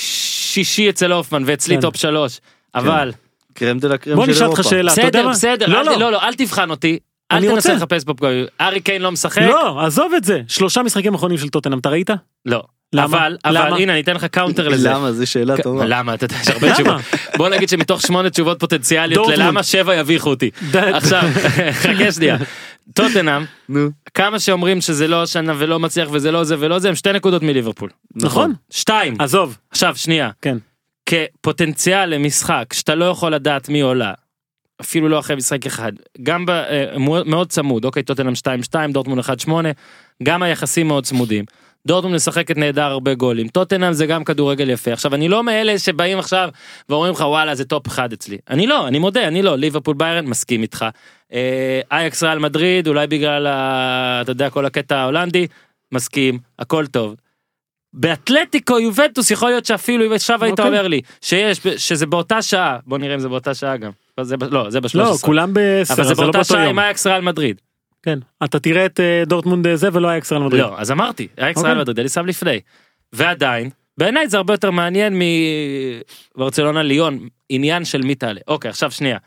שישי אצל הופמן ואצלי כן. טופ שלוש, אבל, קרם דה לה קרם בוא של נשאל אותך אירופה. שאלה, אתה יודע בסדר, מה? בסדר, לא, אל- לא, לא, לא, אל תבחן אותי, אל אני תנסה רוצה. לחפש פה פגעים, ארי קיין לא משחק, לא, עזוב את זה, שלושה משחקים אחרונים של טוטנהאם, אתה ראית? לא, למה? אבל, אבל למה? הנה אני אתן לך קאונטר לזה. למה? זו שאלה טובה. למה? אתה יודע, יש הרבה למה? תשובות. בוא נגיד שמתוך שמונה תשובות פוטנציאליות, דורטמונד. ללמה שבע יביכו אותי. ד- עכשיו, חכה שנייה. טוטנהאם, נו, כמה שאומרים שזה לא השנה ולא מצליח וזה לא זה ולא זה, הם שתי נקודות מליברפול. נכון? שתיים. עזוב, עכשיו, שנייה. כן. כפוטנציאל למשחק, שאתה לא יכול לדעת מי עולה, אפילו לא אחרי משחק אחד, גם ב, אה, מאוד מאוד צמוד, אוקיי, טוטנהאם שתיים שתיים, דורטמונד אחת שמונה, גם היחסים מאוד צמודים. דורטמונד משחקת נהדר הרבה גולים, טוטנהאם זה גם כדורגל יפה. עכשיו אני לא מאלה שבאים עכשיו ואומרים לך וואלה זה טופ אחד אצלי, אני לא, אני מודה, אני לא, ליברפול ביירן מסכים איתך, אייקס ריאל מדריד אולי בגלל ה... אתה יודע כל הקטע ההולנדי, מסכים, הכל טוב. באתלטיקו יובנטוס יכול להיות שאפילו עכשיו היית אומר לי שיש, שזה באותה שעה, בוא נראה אם זה באותה שעה גם, לא זה ב-שלוש עשרה, לא כולם ב-עשר, אבל זה באותה שעה עם אייקס ריאל מדריד. כן, אתה תראה את דורטמונד זה ולא אייקס ריאל מדריד. לא, אז אמרתי, אייקס ריאל מדריד, אני שם לפני. ועדיין, בעיניי זה הרבה יותר מעניין מברצלונה ליון, עניין של מי תעלה. אוקיי, עכשיו שנייה.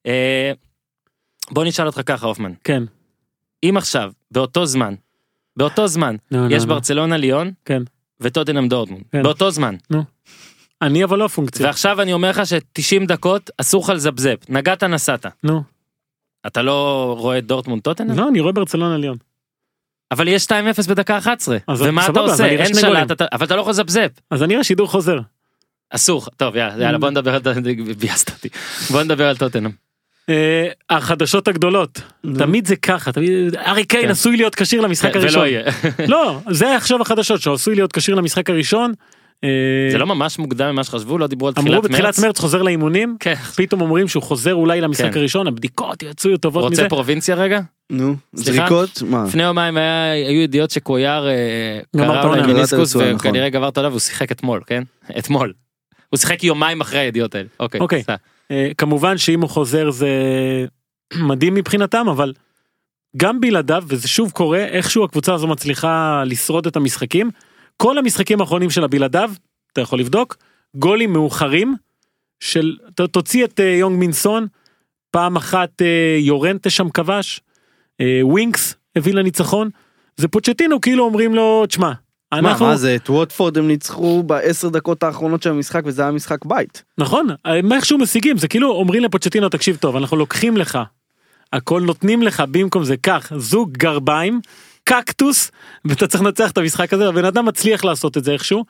בוא נשאל אותך ככה, אופמן. כן. אם עכשיו, באותו זמן, באותו זמן, יש ברצלונה ליון, כן. וטוטנהאם דורטמונד. באותו זמן. נו. אני אבל לא פונקציה. ועכשיו אני אומר לך ש-תשעים דקות אסור לך לזבזב. נגעת נסעת. נו. אתה לא רואה את דורטמונד טוטנהאם? לא, אני רואה ברצלונה ליון. אבל יש שתיים אפס בדקה אחת עשרה. אז ומה סבבה, אתה עושה? אז אני אין שני שלט, גולים. אתה- אבל אתה לא יכול לזבזב. אז אני רואה שידור חוזר. אסור. טוב, יאללה, יאללה, בוא נדבר על ביאסת אותי. בוא נדבר על טוטנהאם. אה, החדשות הגדולות. תמיד זה ככה, תמיד, ארי קיין כן. עשוי להיות כשיר למשחק ולא הראשון. יהיה. לא, זה עכשיו החדשות, שהוא עשוי להיות כשיר למשחק הראשון. אה, זה לא ממש מוקדם ממה שחשבו, לא דיברו על תחילת אמרו מרץ. בתחילת מרץ חוזר לאימונים, כן. פתאום אומרים שהוא חוזר אולי למשחק כן. הראשון, הבדיקות יצאו טובות מזה. רוצה פרובינציה רגע? נו, סליחה? זריקות? מה? לפני יומיים היה- היו ידיעות שקויאר אה, גמר את קרא העונה. אולי מיניסקוס קראת הרצועה, וכנראה גבר את העונה והוא שיחק אתמול, כן? אתמול. הוא שיחק יומיים אחרי הידיעות האלה. אוקיי. אוקיי. סע. אה, כמובן שאם הוא חוזר זה מדהים מבחינתם, אבל גם בלעדיו, וזה שוב קורה, איכשהו הקבוצה הזו מצליחה לשרוד את המשחקים, כל המשחקים האחרונים של הבלעדיו, אתה יכול לבדוק, גולים מאוחרים, של, ת, תוציא את uh, יונג מינסון, פעם אחת uh, יורנטה שם כבש, uh, ווינקס הביא לניצחון, זה פוצ'טינו כאילו אומרים לו, תשמע, מה, אנחנו, מה זה? את ווטפורד הם ניצחו בעשר דקות האחרונות של המשחק, וזה היה משחק בית. נכון, מה איכשהו משיגים, זה כאילו אומרים לפוצ'טינו, תקשיב טוב, אנחנו לוקחים לך, הכל נותנים לך במקום זה כך, זוג גרביים, קקטוס, ואתה צריך לנצח את המשחק הזה, הבן אדם מצליח לעשות את זה איכשהו,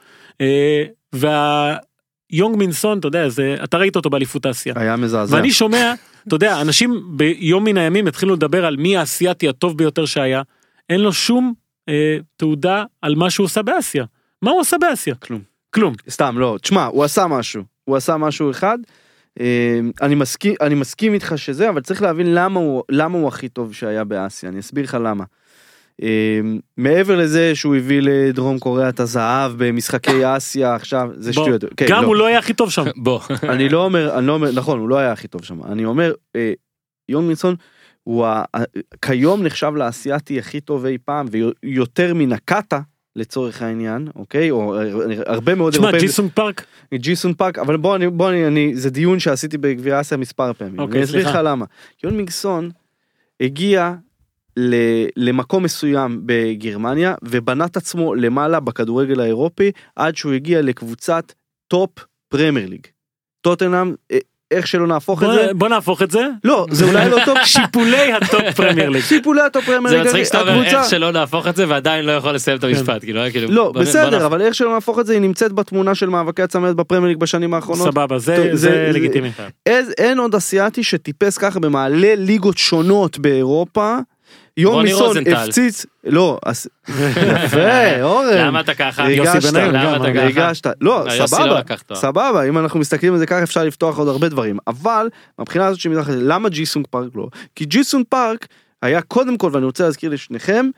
והיונג מינסון, אתה יודע, זה, אתה ראית אותו באליפות אסיה, היה מזעזע. ואני שומע, אתה יודע, אנשים ביום מן הימים התחילו לדבר על מי האסייתי הטוב ביותר שהיה, אין לו שום אה, תעודה על מה שהוא עושה באסיה. מה הוא עשה באסיה? כלום. כלום. סתם, לא, תשמע, הוא עשה משהו. הוא עשה משהו אחד. אה, אני מסכים, אני מסכים איתך שזה, אבל צריך להבין למה הוא, למה הוא הכי טוב שהיה באסיה. אני אסביר לך למה. אה, מעבר לזה שהוא הביא לדרום קוריאה את הזהב במשחקי אסיה עכשיו, זה בוא, שטויות. כן, גם לא. הוא לא היה הכי טוב שם. בוא. אני לא אומר, אני לא אומר, נכון, הוא לא היה הכי טוב שם. אני אומר, אה, יונג מינסון, הוא ה, כיום נחשב לאסייתי הכי טוב אי פעם, ויותר מנקטה, לצורך העניין, אוקיי? או הרבה מאוד תשמע, ג'יסונג פארק. ג'יסון פארק, אבל בוא, אני, בוא, אני, אני, זה דיון שעשיתי בגביע אסיה מספר פעמים. אוקיי, אני אסביר לך סליחה. למה. יונג מינסון הגיע ל, למקום מסוים בגרמניה, ובנה את עצמו למעלה בכדורגל האירופי, עד שהוא הגיע לקבוצת טופ פרמייר ליג. טוטנהאם, איך שלא נהפוך את זה? בוא, בוא נהפוך את זה. לא, זה אולי לא טופ. שיפולי הטופ פרמייר ליג. שיפולי הטופ פרמייר זה ליג. מצחיק שאתה אומר הקבוצה- איך שלא נהפוך את זה ועדיין לא יכול לסיים את המשפט. כאילו, היה כאילו, לא, בוא נ- בוא בסדר, נהפוך- אבל איך שלא נהפוך את זה, היא נמצאת בתמונה של מאבקי הצמרת בפרמייר ליג בשנים האחרונות. סבבה, זה, טוב, זה, זה- זה לגיטימי. אז אין עוד אסיאתי שטיפס ככה במעלה ליגות שונות באירופה. יום רוני מיסון רוזנטל. הפציץ, לא, אז- יפה, אורן. למה אתה ככה? ריגשת, יוסי בניון, למה גם, אתה ככה? ריגשת, לא, לא, יוסי לא סבבה, לקח תואר. סבבה, אם אנחנו מסתכלים על זה ככה אפשר לפתוח עוד הרבה דברים, אבל מבחינה הזאת שמתחת, למה ג'יסונג פארק לא? כי ג'יסונג פארק היה קודם כל, ואני רוצה להזכיר לשניכם,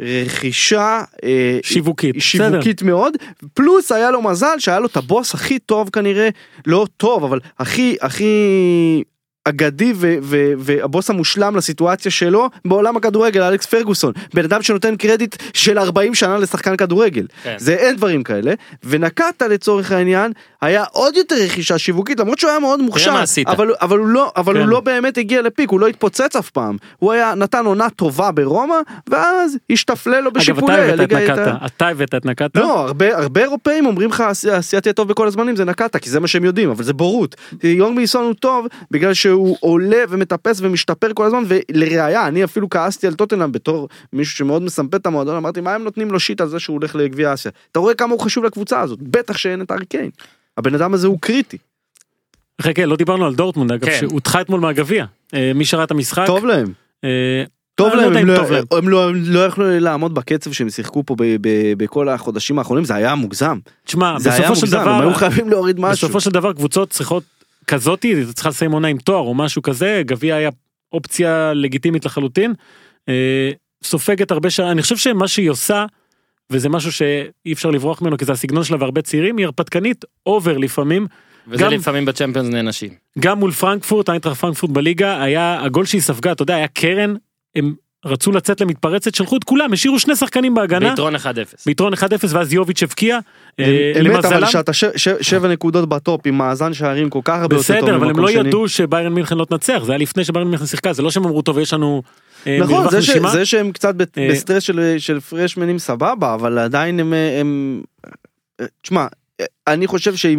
רכישה אה, שיווקית. שיווקית מאוד, פלוס היה לו מזל שהיה לו את הבוס הכי טוב כנראה, לא טוב, אבל הכי, הכי אגדי ו- ו- והבוס המושלם לסיטואציה שלו בעולם הכדורגל, אלכס פרגוסון, בן אדם שנותן קרדיט של ארבעים שנה לשחקן כדורגל. כן. זה אין דברים כאלה, ונקטה לצורך העניין, היה עוד יותר רכישה שיווקית, למרות שהוא היה מאוד מוכשר, מה עשית. אבל, אבל, הוא לא, אבל כן. הוא לא באמת הגיע לפיק, הוא לא התפוצץ אף פעם, הוא היה נתן עונה טובה ברומא, ואז השתפלה לו אגב, בשיפולי. אתה הבאת את הליגה הייתה- נקטה, אתה הבאת את נקטה. לא, הרבה, הרבה אירופאים אומרים לך, האסייתי הטוב בכל הזמנים זה נקטה, כי זה מה שהם יודעים, אבל זה בורות. יונג מינסון הוא טוב, בגלל שהוא עולה ומטפס ומשתפר כל הזמן, ולראיה, אני אפילו כעסתי על טוטנהאם בתור מישהו שמאוד מסמפת את המועדון, אמרתי, מה הם נותנים לו שיט על זה שהוא הולך לגביע אסיה? אתה רואה כמה הוא חשוב לקבוצה הזאת, בטח שאין את ארי קיין. הבן אדם הזה הוא קריטי. חכה, לא דיברנו על דורטמונד, אגב, כן. שהודחה אתמול מהגביע. אה, מי שראה את המשחק? טוב להם. אה, טוב אני לא להם, יודע הם אם לא- טוב להם. הם לא- הם לא יכלו לעמוד בקצב שהם שיחקו פה ב- ב- בכל החודשים האחרונים, זה היה מוגזם. תשמע, זה היה בסופו של מוגזם, הם דבר, היו חייבים להוריד משהו. בסופו של דבר קבוצות צריכות כזאתי, זה צריכה לסיים עונה עם תואר או משהו כזה, גביע היה אופציה לגיטימית לחלוטין, אה, סופגת הרבה שעה, אני חושב שמה שהיא עושה, וזה משהו שאי אפשר לברוח ממנו, כי זה הסגנון שלה והרבה צעירים, היא הרפתקנית אובר לפעמים, וזה גם- לפעמים בצ'מפיונס נענשים. גם מול פרנקפורט, איינטראכט פרנקפורט בליגה, היה הגול שהיא ספגה, אתה יודע, היה קרן, הם רצו לצאת למתפרצת, שלחו את כולם, השאירו שני שחקנים בהגנה, ביתרון אחד אפס. ביתרון אחד אפס, ואז יוביץ' הבקיע, אה, אמת, אבל למזלם, שאתה ש- ש- שבע נקודות בטופ עם מאזן שערים כל כך הרבה יותר טוב בסדר, אבל הם ממקום לא שני. ידעו שביירן מינכן לא תנצח, זה היה לפני שביירן מינכן שיחקה, זה לא שהם אמרו טוב, יש לנו אה, נכון, מרווח זה ש- נשימה. זה שהם קצת ב- אה, בסטרס של- של פרשמנים סבבה, אבל עדיין הם, הם, תשמע, אני חושב שאם,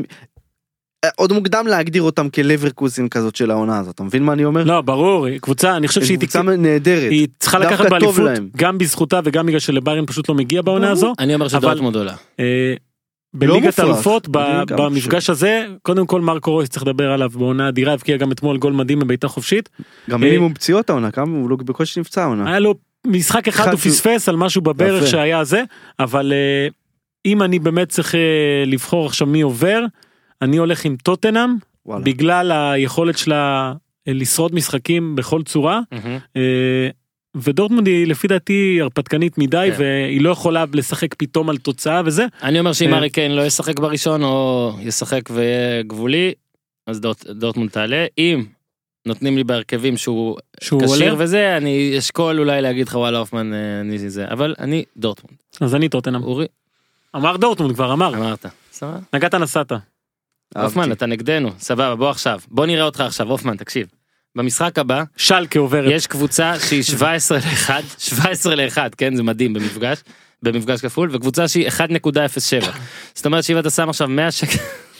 עוד מוקדם להגדיר אותם כלברקוסין כזאת של העונה הזאת, אתה מבין מה אני אומר? לא, ברור, היא קבוצה, אני חושב הם שהיא קבוצה תק- נהדרת. היא צריכה דווקא לקחת טוב באליפות, להם. גם בזכותה וגם בגלל שלביירן פשוט לא מגיע בעונה הזו. אני אומר אבל- שדורטמונד עולה. אה, בליגת מופרך. אלופות, ב- אני גם במפגש הזה, קודם כל מרקו רויס צריך לדבר עליו בעונה אדירה, הבקיע גם אתמול גול מדהים בביתה חופשית, גם אה, מינימום פציעות העונה, כמה הוא לא בקושי נפצע העונה. היה לו משחק אחד אחד הוא שהוא- פספס על משהו בברך יפה. שהיה זה, אבל אה, אם אני באמת צריך אה, לבחור עכשיו מי עובר, אני הולך עם טוטנהאם, וואלה. בגלל היכולת שלה אה, לשרוד משחקים בכל צורה, מהמם. אה, ודורטמונד היא לפי דעתי הרפתקנית מדי, כן. והיא לא יכולה לשחק פתאום על תוצאה וזה, אני אומר שאם אה, ארי קיין לא ישחק בראשון או ישחק ויהיה גבולי, אז דורט- דורטמונד תעלה. אם נותנים לי בהרכבים שהוא שהוא כשיר עולה, וזה, אני אשקול אולי להגיד לך וואלה הופמן, אה, אני זה, אבל אני דורטמונד. אז אני טוטנהאם. אורי, אמר דורטמונד כבר אמר, אמרת. סבבה? נגעת נסעת. הופמן, אהבתי. אתה נגדנו. סבבה, בוא עכשיו. בוא נראה אותך עכשיו, הופמן, תקשיב. במשחק הבא, שלקה עוברת. יש קבוצה שהיא שבע עשרה לאחד, שבע עשרה לאחד, כן, זה מדהים במפגש, במפגש כפול, וקבוצה שהיא אחת נקודה אפס שבע. זאת אומרת שאם אתה שם עכשיו מאה שקל,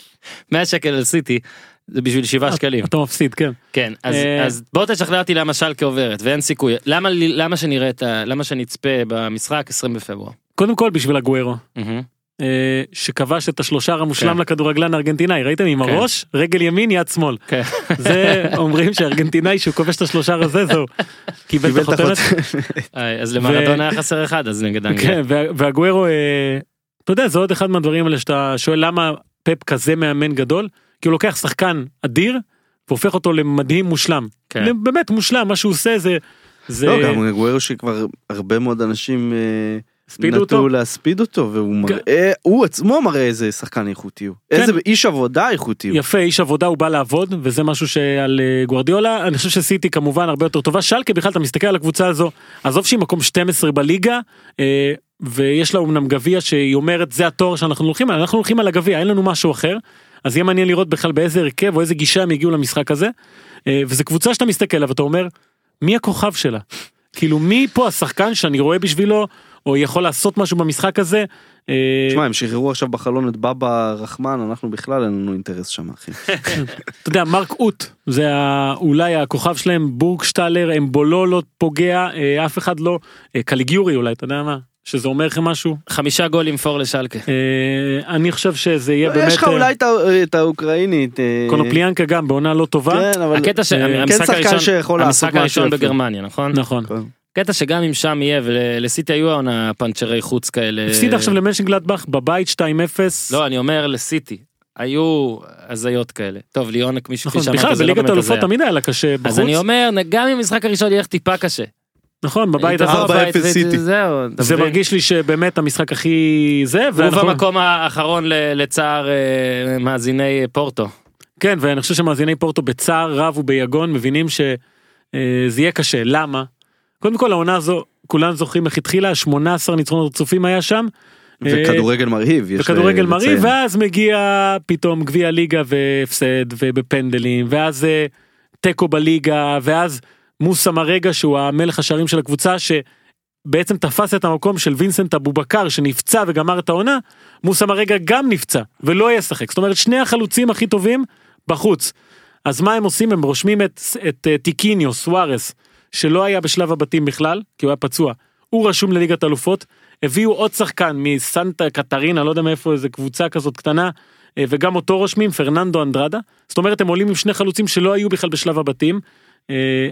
מאה שקל על סיטי, זה בשביל שבעה שקלים. אתה מפסיד, כן. כן, אז, אה. אז בוא תשכנע אותי למה שלקה עוברת, ואין סיכוי. למה, למה שנראה את ה... למה שנצפה במשחק עשרים בפברואר? קודם כל בשביל הגוארו, מהמם. אה, שכבש את השלושר המושלם כן. לכדורגלן הארגנטינאי, ראיתם עם הראש, רגל ימין, יד שמאל. כן. זה אומרים שהארגנטינאי שהוא כובש את השלושר הזה, זהו. קיבל את קיבל את החותמת. אה, אז למרדונה היה חסר אחד, אז נגד אנגליה. כן, וה- והגוארו, אה, אתה יודע, זה עוד אחד מהדברים האלה שאתה שואל למה פפ כזה מאמן גדול, כי הוא לוקח שחקן אדיר, והופך אותו למדהים מושלם. כן. באמת מושלם, מה שהוא עושה זה... זה... לא, גם גוארו שכבר הרבה מאוד אנשים אה, הספידו אותו? נטו להספיד אותו, והוא מראה, הוא עצמו מראה איזה שחקן איכותי הוא. כן. איזה איש עבודה איכותי הוא. יפה, איש עבודה, הוא בא לעבוד, וזה משהו שעל אה, גוארדיולה, אני חושב שסיטי כמובן הרבה יותר טובה, שלקה בכלל אתה מסתכל על הקבוצה הזו, עזוב שהיא מקום שתים עשרה בליגה, אה, ויש לה אומנם גביע שהיא אומרת זה התואר שאנחנו הולכים, אנחנו הולכים על הגביע, אין לנו משהו אחר, אז יהיה מעניין לראות בכלל באיזה הרכב או איזה גישה הם הגיעו למשחק הזה, אה, וזו קבוצה שאתה מסתכל עליו ואתה אומר, מי הכוכב שלה? כאילו מי פה השחקן שאני רואה בשבילו, או יכול לעשות משהו במשחק הזה, אה, תשמע, הם שחררו עכשיו בחלון את בבא רחמן, אנחנו בכלל אין לנו אינטרס שם, אחי. אתה יודע, מרק אוט, זה ה- אולי הכוכב שלהם, בורגשטלר, אמבולו לא פוגע, אה, אף אחד לא, אה, קליגיורי אולי, אתה יודע מה, שזה אומר לכם משהו, חמישה גולים פור לשלקה. אה, אני חושב שזה יהיה באמת, יש לך אולי את ה- את האוקראינית. אה, קונופליאנקה גם בעונה לא טובה, כן, אבל... הקטע אה, שהמשחק שחקן הראשון, שיכול לעשות המשחק הראשון משהו יפה. בגרמניה, נכון? נכון, קטע שגם אם שם יהיה, ולסיטי היו העונה פנצ'רי חוץ כאלה. הפסיד עכשיו למנשנגלדבך בבית שתיים אפס, לא, אני אומר לסיטי. היו הזיות כאלה. טוב, ליונק, מישהו נכון, כפי שאמרת, בכלל זה לא בליגת באמת אלופות הזיה. תמיד היה לה קשה בחוץ, אז אני אומר, גם אם המשחק הראשון ילך טיפה קשה. נכון, בבית היא הזה, תבוא ארבע בבית אפס ו- סיטי. זהו, אתה זה מבין? מרגיש לי שבאמת המשחק הכי זה, הוא ואנחנו- במקום האחרון ל- לצער אה, מאזיני פורטו. כן, ואני חושב שמאזיני פורטו בצער רב וביגון מבינים שזה יהיה קשה. למה? קודם כל העונה הזו, כולנו זוכרים איך התחילה, שמונה עשרה ניצחונות רצופים היה שם. וכדורגל מרהיב. יש וכדורגל לציין. מרהיב, ואז מגיע פתאום גביע ליגה והפסד ובפנדלים, ואז אה, טקו בליגה, ואז מוסא מרגע שהוא המלך השערים של הקבוצה, שבעצם תפס את המקום של וינסנט אבו בקר שנפצע וגמר את העונה, מוסא מרגע גם נפצע ולא ישחק. זאת אומרת שני החלוצים הכי טובים בחוץ. אז מה הם עושים? הם רושמים את, את uh, טיקיניו, סוארס, שלא היה בשלב הבתים בכלל, כי הוא היה פצוע. הוא רשום לליגת אלופות, הביאו עוד שחקן מסנטה קטרינה, לא יודע מאיפה, איזה קבוצה כזאת קטנה, uh, וגם אותו רושמים, פרננדו אנדרדה. זאת אומרת, הם עולים עם שני חלוצים שלא היו בכלל בשלב הבתים. Uh,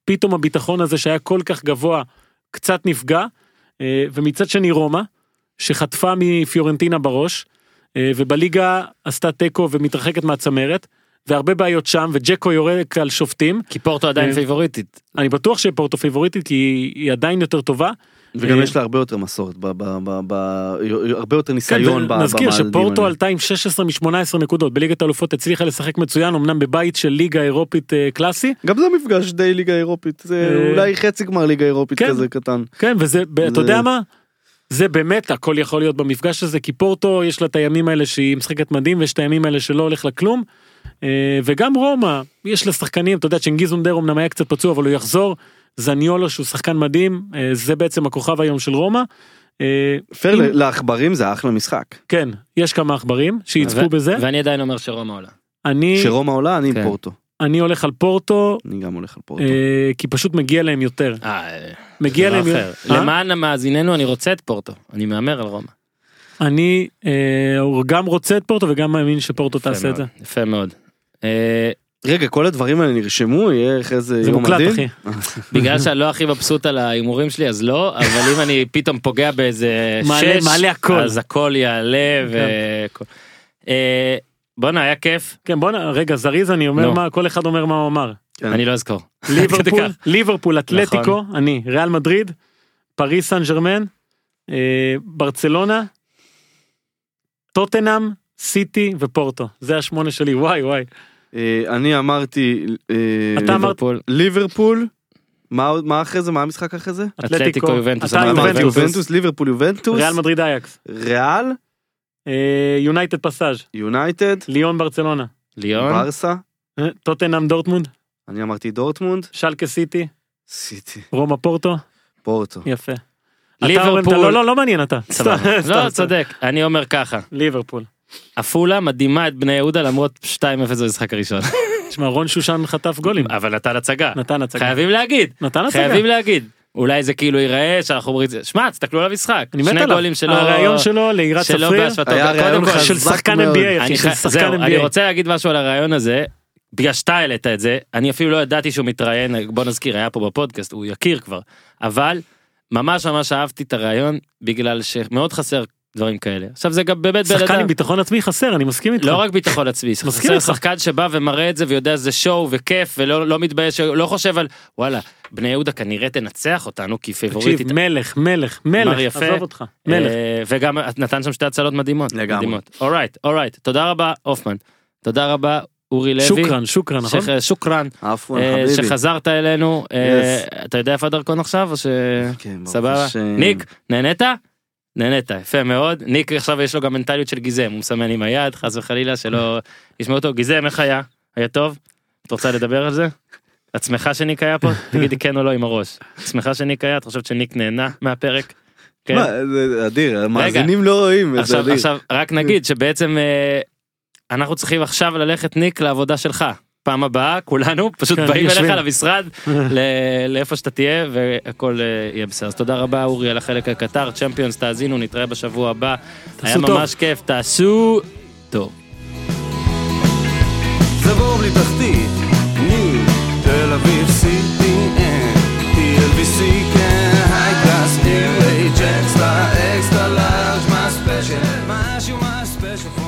פתאום הביטחון הזה שהיה כל כך גבוה, קצת נפגע, ומצד שני רומא, שחטפה מפיורנטינה בראש, ובליגה עשתה טקו ומתרחקת מהצמרת, והרבה בעיות שם, וג'קו יורק על שופטים. כי פורטו עדיין פייבוריטית. אני בטוח שפורטו פייבוריטית, כי היא עדיין יותר טובה. וגם יש לה הרבה יותר מסורת, הרבה יותר ניסיון. נזכיר שפורטו עלתה עם שש עשרה משמונה עשרה נקודות, בליגת האלופות הצליחה לשחק מצוין, אמנם בבית של ליגה אירופית קלאסי. גם זה מפגש די ליגה אירופית, זה אולי חצי גמר ליגה אירופית כזה קטן. כן, וזה, אתה יודע מה? זה באמת, הכל יכול להיות במפגש הזה, כי פורטו יש לה את הימים האלה שהיא משחקת מדהים, ויש את הימים האלה שלא הולך לכלום, וגם רומא, יש לה שחקנים, אתה יודע, צ'נגיז אונדר אמנם היה קצת פצוע, אבל הוא יחזור, זניולו שהוא שחקן מדהים, זה בעצם הכוכב היום של רומא. פר לאחברים זה אחלה משחק. כן, יש כמה אחברים שיצפו בזה. ואני עדיין אומר שרומא עולה. שרומא עולה, אני עם פורטו. אני הולך על פורטו. אני גם הולך על פורטו. כי פשוט מגיע להם יותר. מגיע להם יותר. למען המאזיננו אני רוצה את פורטו. אני מאמר על רומא. אני גם רוצה את פורטו וגם מאמין שפורטו תעשה את זה. יפה מאוד. רגע, כל הדברים האלה נרשמו, יהיה אחרי זה יום מדהים? זה מוקלט, אחי. בגלל שאני לא הכי מבסוט על ההימורים שלי, אז לא, אבל אם אני פתאום פוגע באיזה שש, מעלה הכל. אז הכל יעלה ו... בוא'נה, היה כיף. כן, בוא'נה, רגע, זריז אני אומר מה, כל אחד אומר מה הוא אמר. אני לא אזכור. ליברפול, ליברפול, אתלטיקו, אני, ריאל מדריד, פריס סן ז'רמן, ברצלונה, טוטנהאם, סיטי ופורטו. זה השמונה שלי, וואי וואי. אני אמרתי ליברפול, מה אחרי זה, מה המשחק אחרי זה? אתלטיקו יובנטוס, יובנטוס, ליברפול יובנטוס, ריאל מדריד אייקס, ריאל, יונייטד פסאז', יונייטד, ליון ברצלונה, ליון, ברסה, טוטנהאם דורטמונד, אני אמרתי דורטמונד, שלקה סיטי, סיטי, רומא פורטו, פורטו, יפה. ליברפול, לא לא לא מעניין אתה, לא צודק, אני אומר ככה, ליברפול. אפולה מדהימה את בני יהודה למרות שתיים אפס במשחק הראשון. תשמע, רון שושן חטף גולים. אבל נתן הצגה. נתן הצגה. חייבים להגיד. נתן הצגה. חייבים להגיד. אולי זה כאילו ייראה שאנחנו אומרים, שמע, תסתכלו על המשחק. אני מת עליו. הרעיון שלו לירת ספריר. היה רעיון של שחקן אן בי איי. זהו, אני רוצה להגיד משהו על הרעיון הזה. בגלל שאתה העלית את זה, אני אפילו לא ידעתי שהוא מתראיין, בוא נזכיר, היה פה בפודקאסט, הוא יכיר כבר. אבל ממש ממש אהבתי את הרעיון, בגלל שמאוד חסר דברים כאלה. עכשיו זה גם באמת שחקן עם ביטחון עצמי חסר, אני מסכים איתך. לא רק ביטחון עצמי, חסר שחקן שבא ומראה את זה ויודע זה שואו וכיף ולא לא מתבייש, לא חושב על וואלה, בני יהודה כנראה תנצח אותנו כי פייבוריטית. תקשיב, מלך, מלך, מלך, עזוב אותך, מלך. וגם נתן שם שתי הצלות מדהימות. לגמרי. אורייט, אורייט, תודה רבה אופמן, תודה רבה אורי לוי. שוקרן, שוקרן, נכון? שוקרן, שחזרת אלינו, אתה יודע איפה הדרכון עכשיו או שסבבה? ניק, נהנית? נהנית, יפה מאוד. ניק עכשיו יש לו גם מנטליות של גיזם, הוא מסמן עם היד, חס וחלילה שלא ישמעו אותו. גיזם, איך היה? היה טוב? את רוצה לדבר על זה? עצמך שניק היה פה? תגידי כן או לא עם הראש. עצמך שניק היה? את חושבת שניק נהנה מהפרק? מה, זה אדיר, המאזינים לא רואים. עכשיו, רק נגיד שבעצם אנחנו צריכים עכשיו ללכת ניק לעבודה שלך. פעם הבאה, כולנו פשוט באים אליך למשרד, לאיפה שאתה תהיה, והכל יהיה בסדר. אז תודה רבה אורי על החלק הקטר, צ'מפיונס, תאזינו, נתראה בשבוע הבא. היה ממש כיף, תעשו טוב. זה בור בלי תחתית, ניו, תל אביב, סי טי אן, טי אל וי סי, כן, היי קלאס, ניו אייג' אקסטרה, אקסטרה לארג', מה ספיישל, משהו מה ספיישל